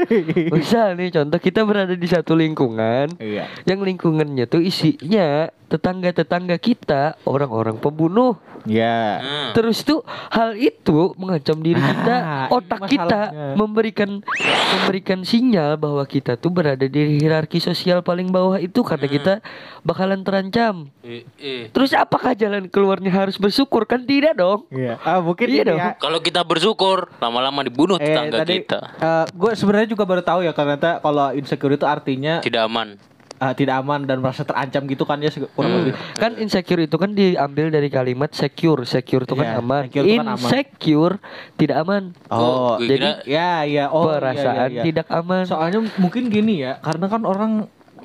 kita berada di satu lingkungan. Iya. Yang lingkungannya tuh isinya tetangga-tetangga kita orang-orang pembunuh. Ya. Terus tuh hal itu mengancam diri kita, ini otak kita masalahnya. memberikan sinyal bahwa kita tuh berada di hierarki sosial paling bawah itu karena kita bakalan terancam. Terus apakah jalan keluarnya harus bersyukur? Kan tidak dong. Iya. Mungkin Iya ini dong. ya. Kalau kita bersyukur, lama-lama dibunuh tetangga kita. Gue sebenarnya juga baru tahu ya ternyata kalau insecure itu artinya Tidak aman. tidak aman dan merasa terancam gitu kan ya kurang lebih. Kan insecure itu kan diambil dari kalimat secure. Secure itu kan Iya, aman. secure itu kan aman. Insecure tidak aman. Oh, gue jadi kira- Ya. Oh, perasaan iya. tidak aman. Soalnya mungkin gini ya, karena kan orang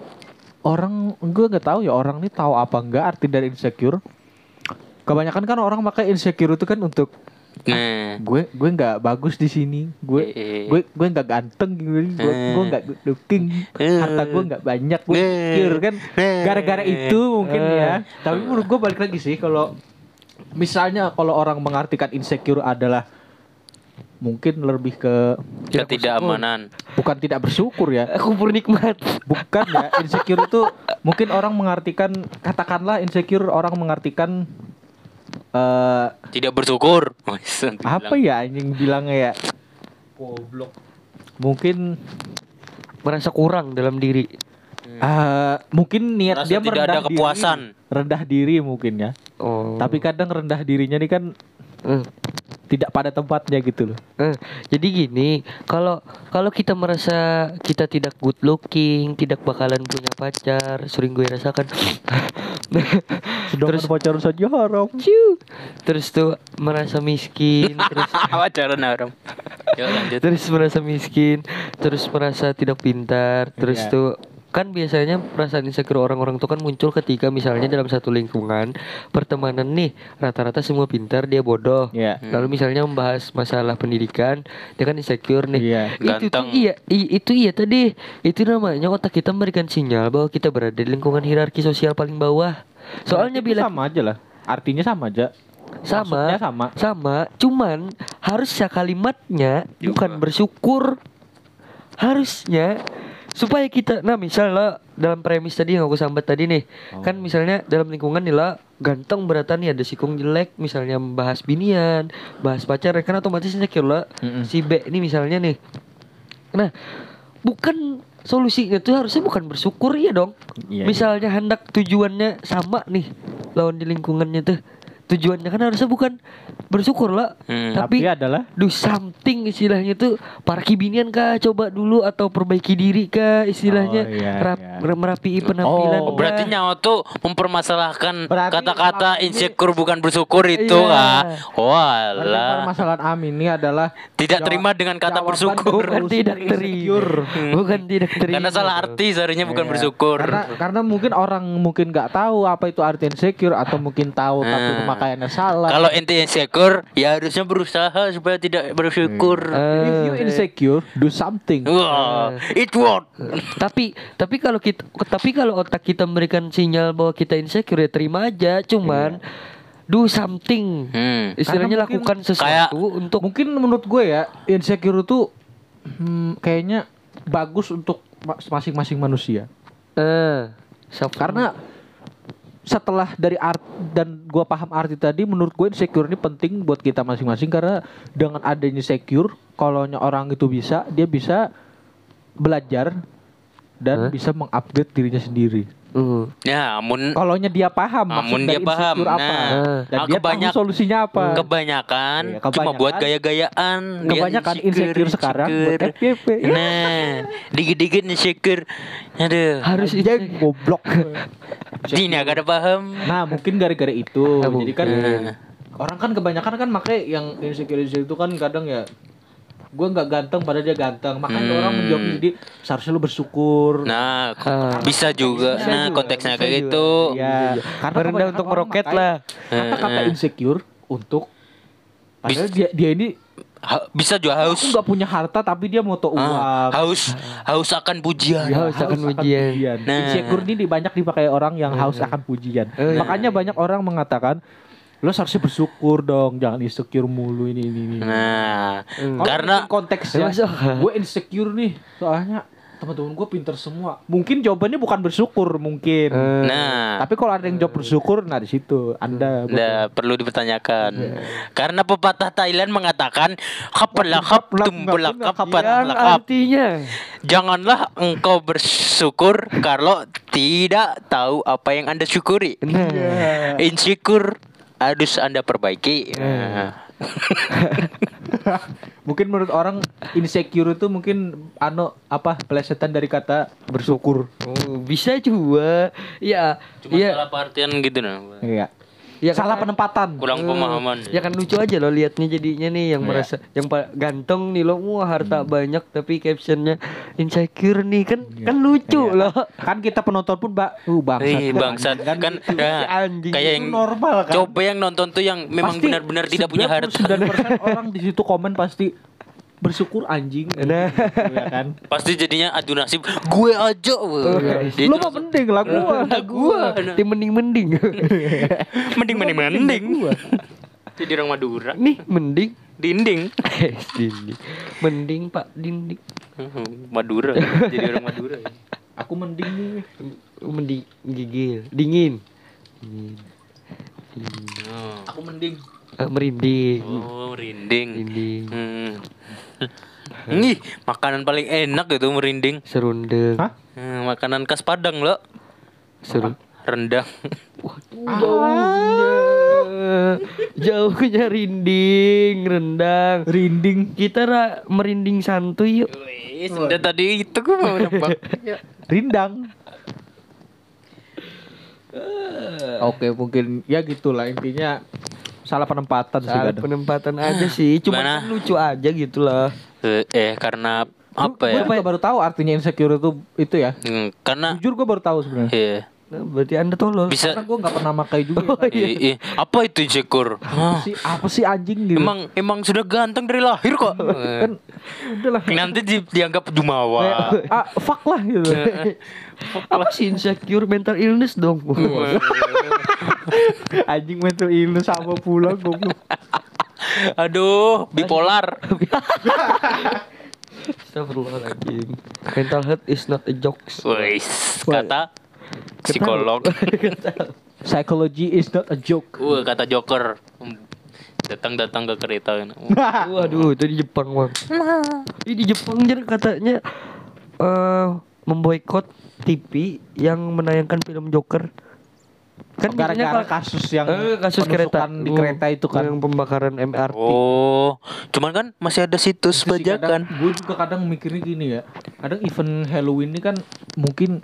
gue nggak tahu ya orang ini tahu apa enggak arti dari insecure. Kebanyakan kan orang pakai insecure itu kan untuk Nah, gue nggak bagus di sini, gue nggak ganteng gitu, gue nggak good looking, harta gue nggak banyak, gue insecure kan gara-gara itu mungkin ya. Tapi menurut gue balik lagi sih kalau misalnya kalau orang mengartikan insecure adalah mungkin lebih ke ketidakamanan. bukan tidak bersyukur ya. Kubur nikmat. Bukan ya, insecure itu mungkin orang mengartikan, katakanlah insecure orang mengartikan Tidak bersyukur. apa ya anjing bilangnya ya, goblok. Mungkin Merasa kurang dalam diri. mungkin niat Merasa dia tidak merendah ada kepuasan. rendah diri mungkin ya. Oh. Tapi kadang rendah dirinya nih kan tidak pada tempatnya gitu loh. Jadi gini, kalau kalau kita merasa kita tidak good looking, tidak bakalan punya pacar, sering gue rasakan. Sedangkan pacaran saja haram. Ciu. Terus tuh merasa miskin, terus Pacaran haram. Yuk lanjut. terus merasa miskin, terus merasa tidak pintar, terus Iya. tuh kan biasanya perasaan insecure orang-orang tuh kan muncul ketika misalnya dalam satu lingkungan pertemanan nih rata-rata semua pintar dia bodoh. Iya. Lalu misalnya membahas masalah pendidikan dia kan insecure nih. Iya. Itu tuh Ganteng. itu iya tadi. Itu namanya otak kita memberikan sinyal bahwa kita berada di lingkungan hierarki sosial paling bawah. Soalnya Berarti itu bila sama aja lah. Artinya sama aja. Maksudnya sama. cuman harusnya kalimatnya bukan bersyukur. Harusnya supaya kita, nah misalnya dalam premis tadi yang aku sambat tadi nih, kan misalnya dalam lingkungan nih lah ganteng beratan nih ada sikung jelek, misalnya bahas binian, bahas pacar, kan otomatis insecure lah. Si B ini misalnya nih. Nah, bukan solusinya tuh harusnya bukan bersyukur ya dong. Iya, Misalnya hendak tujuannya sama nih lawan di lingkungannya tuh. Tujuannya kan harusnya bukan bersyukur lah, Tapi tapi adalah do something istilahnya tuh parki binian kah coba dulu atau perbaiki diri kah istilahnya Oh, iya, iya. merapi penampilan Oh, Oh, berarti kah? nyawa tuh mempermasalahkan Berarti kata-kata selama ini- insecure bukan bersyukur itu Iya. kah? berarti Walah. permasalahan Am ini adalah Tidak terima dengan kata jawaban bersyukur. bukan solusi tidak dari terima insecure. bukan tidak terima Karena salah arti seharusnya bukan Iya. bersyukur. Karena mungkin orang mungkin nggak tahu apa itu arti insecure atau mungkin tahu tapi pemakaiannya salah. Kalau ente insecure, ya harusnya berusaha supaya tidak bersyukur. If you insecure, do something. Wah, it won't. tapi kalau otak kita memberikan sinyal bahwa kita insecure ya terima aja cuman do something istilahnya Karena mungkin lakukan sesuatu untuk Mungkin menurut gue ya, insecure itu kayaknya bagus untuk masing-masing manusia. Karena setelah dari art dan gua paham arti tadi, menurut gue insecure ini penting buat kita masing-masing karena dengan adanya insecure, kalau orang itu dia bisa belajar dan bisa mengupgrade dirinya sendiri. Ya, amun Kalau dia paham Amun maksud dia dari paham. insecure apa Nah, dan dia tahu solusinya apa. kebanyakan Iya, cuma kebanyakan- buat gaya-gayaan. Dia Kebanyakan insecure sekarang buat FYP. Nah, dikit-dikit insecure. Aduh. harus Dia goblok. Ini agak ada paham. Nah, mungkin gara-gara itu. Ah, Jadi kan mungkin. orang kan kebanyakan kan makanya yang insecure itu kan kadang ya gue nggak ganteng padahal dia ganteng. Makanya orang menjawab jadi seharusnya lu bersyukur. Nah, bisa juga. Bisa Nah, juga, konteksnya bisa kayak juga. gitu. Iya. Karena Merendah kebanyakan untuk orang meroket pakai lah. Kata-kata insecure untuk padahal dia ini Bisa juga haus. aku nggak punya harta tapi dia mau uang. Haus akan pujian. Ya, haus akan pujian. Nah. Insecure ini banyak dipakai orang yang haus akan pujian. Makanya banyak orang mengatakan lo seharusnya bersyukur dong, jangan insecure mulu ini. Nah, Kalau karena mungkin konteksnya Masuk. gue insecure nih, soalnya teman-teman gue pinter semua. Mungkin jawabannya bukan bersyukur mungkin. nah, Tapi kalau ada yang jawab bersyukur, nah di situ Anda Nah, perlu dipertanyakan. Karena pepatah Thailand mengatakan kapalakap tumbelakap yang patalakap. artinya Janganlah engkau bersyukur kalau tidak tahu apa yang Anda syukuri. Insecure harus Anda perbaiki. Nah. mungkin menurut orang insecure itu mungkin plesetan dari kata bersyukur. bisa juga ya Cuma ya salah pengertian gitu nah. Iya. ya Salah kan- penempatan. Kurang pemahaman. Ya kan lucu aja loh liatnya jadinya nih yang merasa yang ganteng nih loh wah harta banyak tapi captionnya insecure nih kan lucu loh. Kan kita penonton pun Bangsat kan ya, anjing. kayak yang Itu normal kan. coba yang nonton tuh yang memang Pasti benar-benar tidak punya harta. 99% orang di situ komen pasti bersyukur anjing. Nah. Ya kan. Pasti jadinya adu nasib gue aja. Dia Lu tuh mah mending lah gua. gua tim mending mending. Jadi orang Madura. nih mending Dinding. dinding mending pak dinding Madura. Jadi orang Madura. Aku mending nih. mending gigil dingin Aku mending. merinding Oh, rinding. merinding Nih, makanan paling enak itu merinding. serundeng Hah? Makanan khas Padang loh. seru Rendang. daunnya Jauhnya rinding, rendang. Rinding. Kita merinding santuy yuk. Sudah tadi itu gue mau nebak. Rindang. Oke, mungkin ya gitulah intinya. Salah penempatan sih Salah kadang. penempatan aja sih. Cuma Mana? kan lucu aja gitu lah. Karena apa Gue ya? juga baru tahu artinya insecure itu ya. Karena Jujur gue baru tahu sebenarnya. iya. Nah, berarti Anda tolol. Bisa Karena gue nggak pernah pakai juga. apa itu insecure? Apa sih anjing gitu? Emang sudah ganteng dari lahir kok. Kan udahlah. Nanti dianggap jumawa. Fuck lah gitu. Apa sih insecure mental illness dong? Anjing mental illness sama pula goblok. Aduh, bipolar. Astagfirullahaladzim. Mental health is not a joke. Wais, kata psikolog. Psychology is not a joke. Kata Joker. Datang ke kereta. Waduh, itu di Jepang, Bang. Ini di Jepang jadi katanya memboikot TV yang menayangkan film Joker. Kan Gara-gara biasanya kasus yang kasus kereta penusukan di kereta itu kan. yang pembakaran MRT. Oh, cuman kan masih ada situs bajakan. Gue juga kadang mikirnya gini ya. Kadang event Halloween ini kan mungkin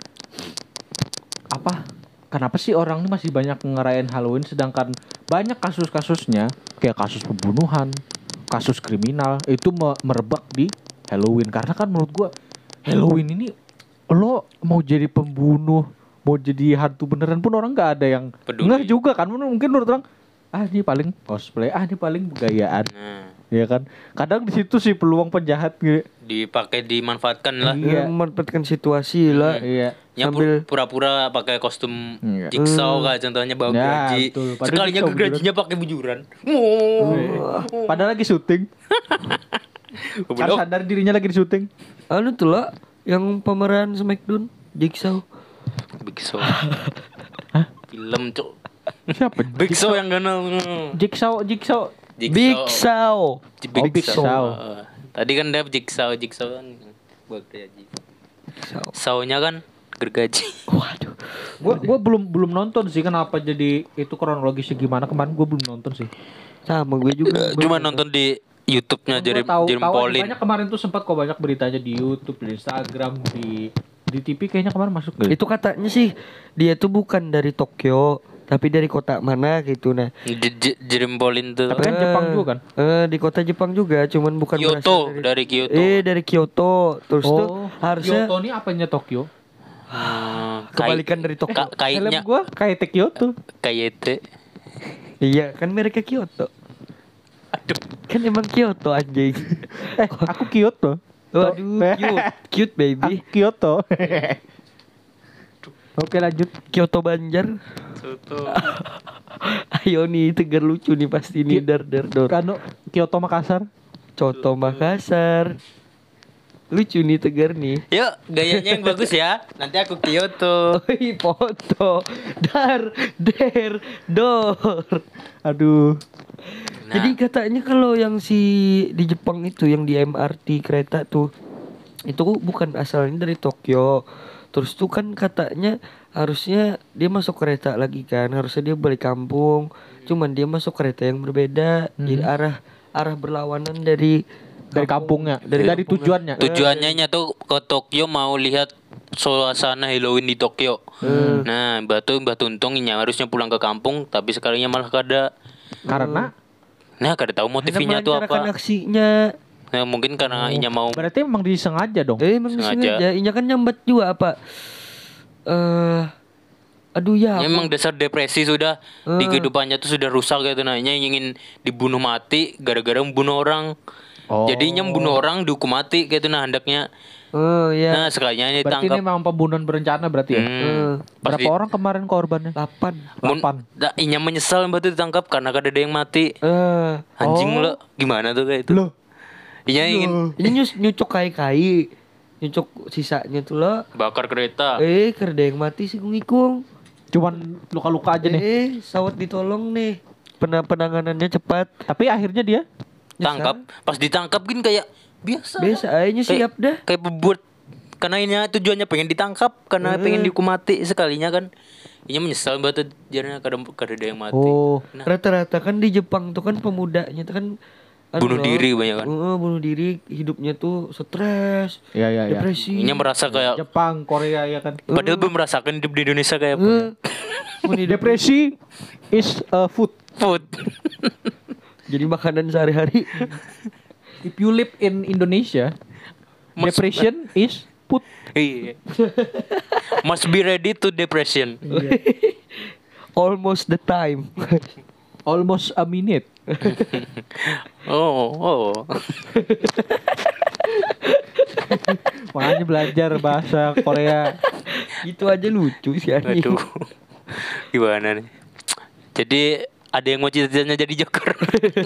apa? Kenapa sih orang ini masih banyak ngerayain Halloween sedangkan banyak kasus-kasusnya kayak kasus pembunuhan, kasus kriminal itu merebak di Halloween karena kan menurut gua Halloween ini lo mau jadi pembunuh, mau jadi hantu beneran pun orang nggak ada yang Peduli. nggak juga kan mungkin menurut orang ini paling cosplay, ini paling gayaan. Nah, Ya kan, kadang di situ sih peluang penjahat gitu. dimanfaatkan lah. Iya. Memanfaatkan situasi lah. Iya. Yang Sambil- pura-pura pakai kostum Iya. jigsaw kayak contohnya bawa Ya, gaji. betul. Padahal Sekalinya jigsaw gegajinya pakai bujuran. Padahal lagi syuting, kan Goblok. sadar dirinya lagi di syuting. Anu tuh lah yang pemeran Smackdown, Jigsaw. Jigsaw. Film, Cok. Siapa? Jigsaw yang ganal. Jigsaw. Big Saw. Big Saw. Saw. Tadi kan dia jigsaw kan buat gaji. Sawnya kan gergaji. Waduh. Gua belum nonton sih kenapa jadi itu kronologisnya gimana kemarin gua belum nonton sih. Sama gue juga. Cuma nonton di YouTube-nya Gua tahu Jerempolin. banyak kemarin tuh sempat kok banyak beritanya di YouTube, di Instagram, di TV kayaknya kemarin masuk deh. Itu katanya sih dia tuh bukan dari Tokyo, tapi dari kota mana gitu nah. Jerempolin tuh. Tapi kan Jepang juga kan? Di kota Jepang juga, cuman bukan Kyoto, berasal dari Kyoto. dari Kyoto. Terus tuh harusnya Kyoto ini apanya Tokyo? kebalikan dari Tokyo. Helm Kayaknya gua kayak Kyoto. kayak Iya, kan mereka Kyoto. Aduh. Kan emang Kyoto anjing. Aku Kyoto. Waduh, cute baby. Aku Kyoto. Oke lanjut. Kyoto Banjar. Ayo nih Tegar lucu nih pasti nih dar. Kano Kyoto Makassar. Coto Makassar. Lucu nih Tegar nih. Yuk, gayanya yang bagus ya. Nanti aku Kyoto. Oi foto. Dor. Aduh. Jadi katanya kalau yang di Jepang itu yang di MRT kereta tuh itu bukan asalnya dari Tokyo. Terus tuh kan katanya harusnya dia masuk kereta lagi kan, harusnya dia balik kampung. Cuman dia masuk kereta yang berbeda. Jadi arah berlawanan dari Kampungnya, dari kampungnya. tujuannya. Tujuannya tuh ke Tokyo mau lihat suasana Halloween di Tokyo. Nah, Mbak Tuntung yang harusnya pulang ke kampung tapi sekalinya malah kada. Kada tahu motifnya tuh melancarkan apa. aksinya. Nah, mungkin karena Inya mau Berarti memang disengaja dong. Emang sengaja. Inya kan nyambat juga apa? Aduh ya. emang dasar depresi sudah di kehidupannya tuh sudah rusak gitu nah. Inya ingin dibunuh mati gara-gara membunuh orang. Jadi Inya membunuh orang dihukum mati gitu nah hendaknya. Oh iya. Nah, sekalinya ini Berarti ditangkap. ini memang pembunuhan berencana berarti ya. Berapa orang kemarin korbannya? 8. Inya menyesal Mbak tuh ditangkap karena kada ada yang mati. Anjing lo gimana tuh kayak itu? Loh. Inya ingin Ini nyucuk kai-kai. Nyucuk sisanya tuh lo. bakar kereta. Kerda yang mati sih ngikung. Cuman luka-luka aja nih. Sawat ditolong nih. Penanganannya cepat. Tapi akhirnya dia Tangkap. Pas ditangkap gini kayak biasa. Biasa aja siap dah. Kayak bebut karena ini tujuannya pengen ditangkap, karena pengen dihukum mati sekalinya kan. Ini menyesal banget jarnya kada ada yang mati. Oh, Nah, Rata-rata kan di Jepang tuh kan pemudanya tuh kan bunuh diri banyak kan. bunuh diri, hidupnya tuh stres, ya. depresi. Ini merasa kayak Jepang, Korea ya kan. padahal belum merasakan hidup di Indonesia kayak apa. Depresi is a food. Jadi makanan sehari-hari. If you live in Indonesia, depression is food. Iya. Must be ready to depression. Almost the time. Almost a minute. Oh. Makanya belajar bahasa Korea. Itu aja lucu sih anjing. Aduh. Gimana nih? Jadi ada yang mau cita-citanya jadi Joker.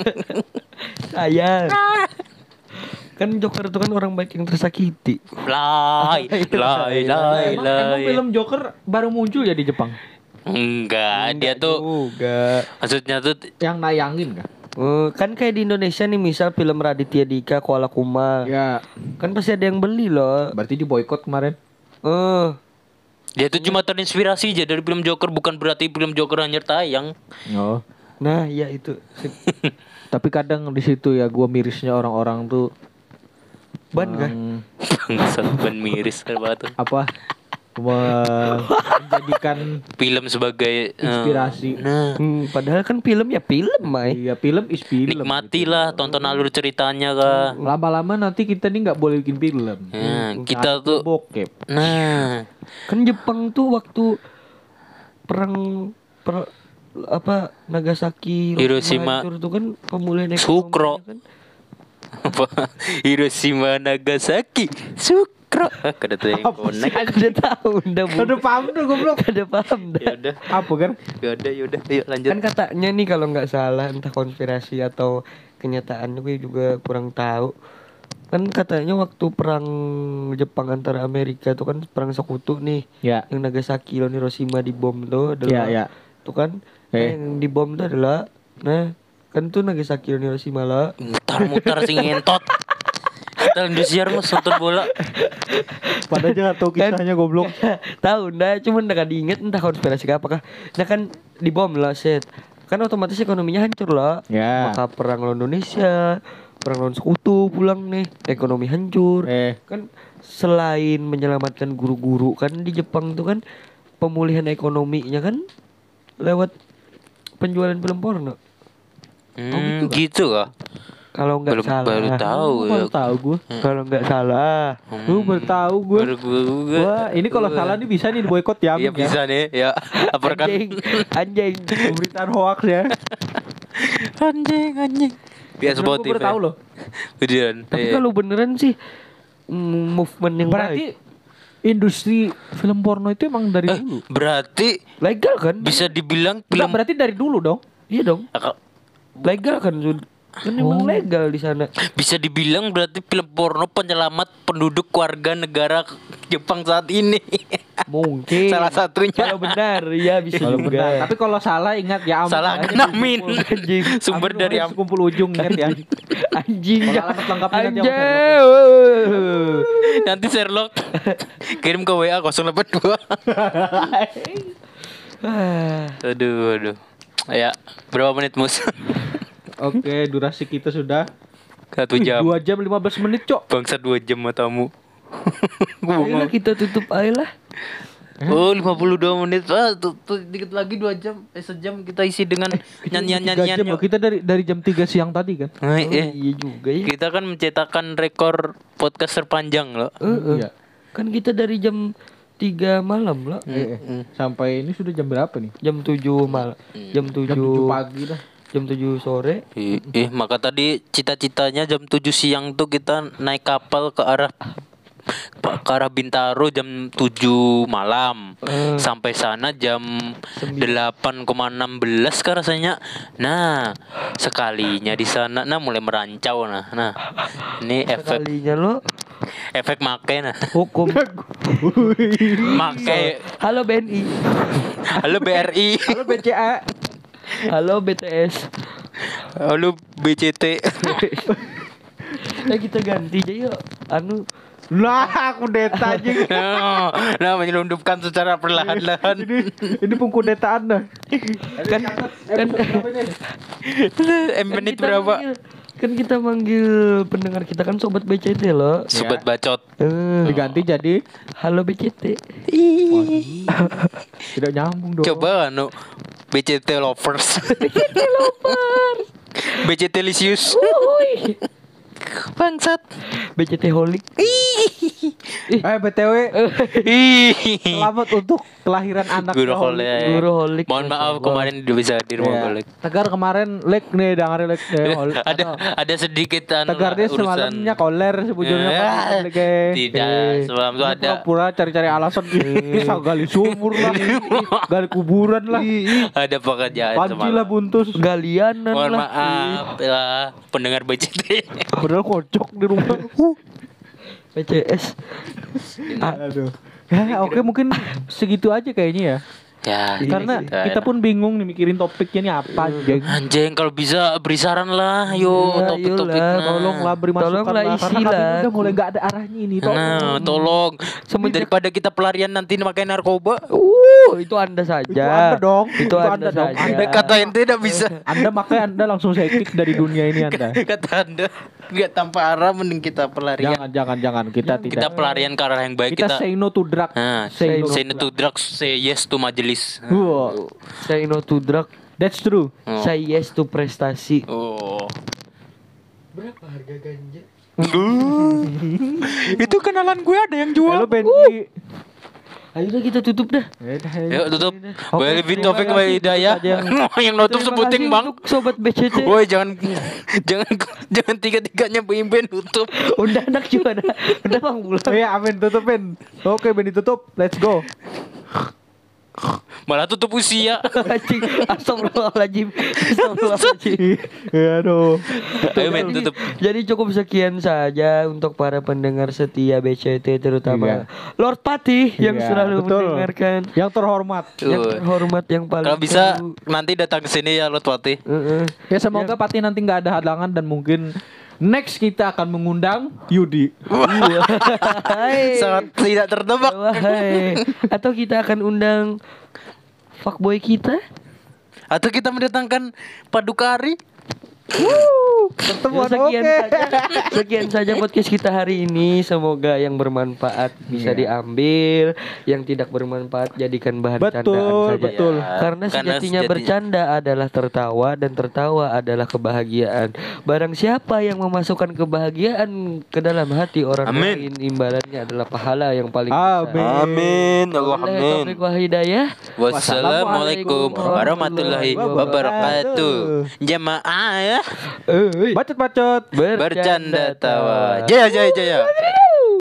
Saya. Kan Joker itu kan orang baik yang tersakiti. Lai. Emang film Joker baru muncul ya di Jepang? Enggak, dia tuh Juga. maksudnya tuh Yang nayangin kah? Kan kayak di Indonesia nih misal film Raditya Dika Koala Kuma. Ya, Kan pasti ada yang beli loh. berarti di boykot kemarin. dia tuh cuma terinspirasi aja dari film Joker, bukan berarti film Joker hanya tayang. Oh. Nah, ya itu. Tapi kadang di situ ya gua mirisnya orang-orang tuh Ban kah? Bangsat ban miris banget tuh. apa menjadikan Film sebagai inspirasi. Nah, Padahal kan film ya film, Mai. Iya, film is film. nikmatilah tonton alur ceritanya kah. Lama-lama nanti kita nih nggak boleh bikin film. Nah, kita tuh Bokep. nah, Kan Jepang tuh waktu perang Nagasaki Hiroshima, hancur tuh kan pemulihan ekonomi Sukro. kan. apa Hiroshima Nagasaki Sukro. Kada tuh yang konek. Udah tahu, udah Udah paham tuh goblok. Udah paham dah. Ya udah, Apa kan? yaudah, yuk lanjut. Kan katanya nih kalau nggak salah entah konspirasi atau kenyataan gue juga kurang tahu. Kan katanya waktu perang Jepang antara Amerika itu kan perang sekutu nih. Ya. Yang Nagasaki lawan Hiroshima dibom tuh adalah Ya. tuh kan yang dibom tuh adalah kan tuh Nagasaki lawan Hiroshima lah. Mutar-mutar sing ngentot. Kita Indosiar mas nonton bola. Padahal jangan tahu kisahnya goblok. Tahu ndak, cuman nggak diinget entah konspirasi ke apakah. Nah kan dibom lah set. Kan otomatis ekonominya hancur lah. Ya. Maka perang lawan Indonesia, perang lawan sekutu pulang nih, ekonomi hancur. Kan selain menyelamatkan guru-guru kan di Jepang tuh kan pemulihan ekonominya kan lewat penjualan film porno. Gitu kah? Kalau nggak salah. Baru tahu ya. Baru tahu gue. Kalau nggak salah. Lu baru tahu gue. Baru gue. Wah, ini kalau salah nih bisa nih diboykot ya. Iya bisa nih ya. Apa kan? Anjing. Pemberitaan hoax ya. Anjing. Biasa Gue Spotify. baru tahu loh. Beneran. Tapi kalau beneran sih movement yang Berarti baik. industri film porno itu emang dari dulu. Berarti Legal kan? bisa dibilang Enggak, film berarti dari dulu dong. Iya dong. Legal kan kan emang legal di sana. bisa dibilang berarti film porno penyelamat penduduk warga negara Jepang saat ini. Mungkin. Salah satunya. Kalau benar ya bisa Kalau juga. benar. Tapi kalau salah ingat ya ampun. Salah Aja kenamin. Anjing. Sumber dari Ampun, kumpul ujung ingat ya. Anjing. Kalau alamat lengkapnya nanti aku Anjing. Nanti Sherlock kirim ke WA 082. Aduh. Ya, berapa menit Mus? Oke, durasi kita sudah 1 jam. 2 jam 15 menit, Cok. Bangsa 2 jam matamu. Ayolah kita tutup aja lah. Oh 52 menit tuh dikit lagi 2 jam sejam kita isi dengan 3 nyanyian-nyanyian jam loh. Kita dari jam 3 siang tadi kan. Iya juga ya. Kita kan mencetakkan rekor podcast terpanjang loh. Iya. Kan kita dari jam 3 malam lah. Sampai ini sudah jam berapa nih? Jam 7 malam. Jam 7 Jam 7 pagi lah. Jam 7 sore. Maka tadi cita-citanya jam 7 siang tuh kita naik kapal ke arah Bintaro jam 7 malam. Sampai sana jam 8,16 kan rasanya. Nah, sekalinya di sana mulai merancau nah. Nah, ini Sekalinya lo efek make nah. hukum. Make. Halo BNI. Halo BRI. Halo BCA. Halo BTS. Halo BCT. Kita ganti aja yuk. Nah, kudeta anjing. Nah, menyelundupkan secara perlahan-lahan. Ini pengkudetaan dah. kan Menit kita berapa? kan kita manggil pendengar kita kan sobat BCT loh. Sobat bacot. Diganti jadi Halo BCT. tidak nyambung dong. Coba anu BCT lovers. BCT licious. Uhuy. Bangsat. BCT holik. BTW Ih. selamat untuk kelahiran anak Guru Holik. holik. Guru holik. Mohon maaf kemarin tidak bisa hadir Iya. Mohon holik. Tegar kemarin lek nih dengerin lek Holik. Ada sedikit anu Tegar dia lah, urusan. semalamnya koler sebujurnya Tidak, semalam tuh ada pura cari-cari alasan bisa gali sumur lah, gali kuburan lah, ada pekerjaan panci lah semalam. buntus. Galianan Mohon lah. maaf ya pendengar BCT. Padahal kocok di rumah. PCS. Aduh. Ya, oke mungkin segitu aja kayaknya ya. Ya, Karena gitu. kita pun bingung nih mikirin topiknya nih apa anjing. Anjing kalau bisa beri saran lah, yo Iya, topik-topiknya. iyalah, Tolonglah beri masukan Tolonglah lah isi karena kami lah. udah mulai nggak ada arahnya ini. Nah, tolong. Daripada kita pelarian nanti pakai narkoba. Itu Anda saja. Itu Anda dong. Itu Itu Anda Anda dong. saja. Anda katain tidak bisa. Anda makanya Anda langsung saya kick dari dunia ini Anda. Kata Anda nggak tanpa arah mending kita pelarian. Jangan kita tidak. Kita pelarian ke arah yang baik Kita say no to drug. Nah, say no. say no to drugs, say yes to majelis. Wah, Say no to drug. that's true. Oh. Say yes to prestasi. Oh. Berapa harga ganja? Itu kenalan gue ada yang jual. Halo Benny. Ayo udah kita tutup dah. Yuk tutup. Oke, Walibin terima Taufik kasih. wa hidayah. Yang nutup Terima sebuting kasih bang. untuk sobat BCT. Woi jangan tiga-tiganya pimpin tutup. Udah anak juga dah. Udah bang pulang. Iya, amin tutupin. Oke, Benny tutup. Let's go. Malah tutup usia. Anjing. Astagfirullahaladzim. Astagfirullahaladzim. Aduh. Ayo men tutup. Jadi cukup sekian saja untuk para pendengar setia BCT terutama Lord Patih yang Iya, selalu betul. mendengarkan. Yang terhormat. Yang terhormat yang paling Kalau bisa seru. nanti datang ke sini ya Lutwati. Ya semoga Pati nanti nggak ada halangan dan mungkin next kita akan mengundang Yudi. Hai. Sangat tidak tertebak. Wahai. Atau kita akan undang fuckboy kita. Atau kita mendatangkan Padukari. Pertemuan Ya, oke. sekian saja podcast kita hari ini. Semoga yang bermanfaat bisa diambil, yang tidak bermanfaat jadikan bahan candaan saja. Betul. Karena sejatinya bercanda adalah tertawa dan tertawa adalah kebahagiaan. Barang siapa yang memasukkan kebahagiaan ke dalam hati orang Amin. lain, imbalannya adalah pahala yang paling besar. Amin. Allah Wabillahi amin. taufiq wal hidayah. Wassalamualaikum warahmatullahi wabarakatuh. Jamaah ya. Bacot-bacot. Bercanda tawa. Jaya jaya jaya.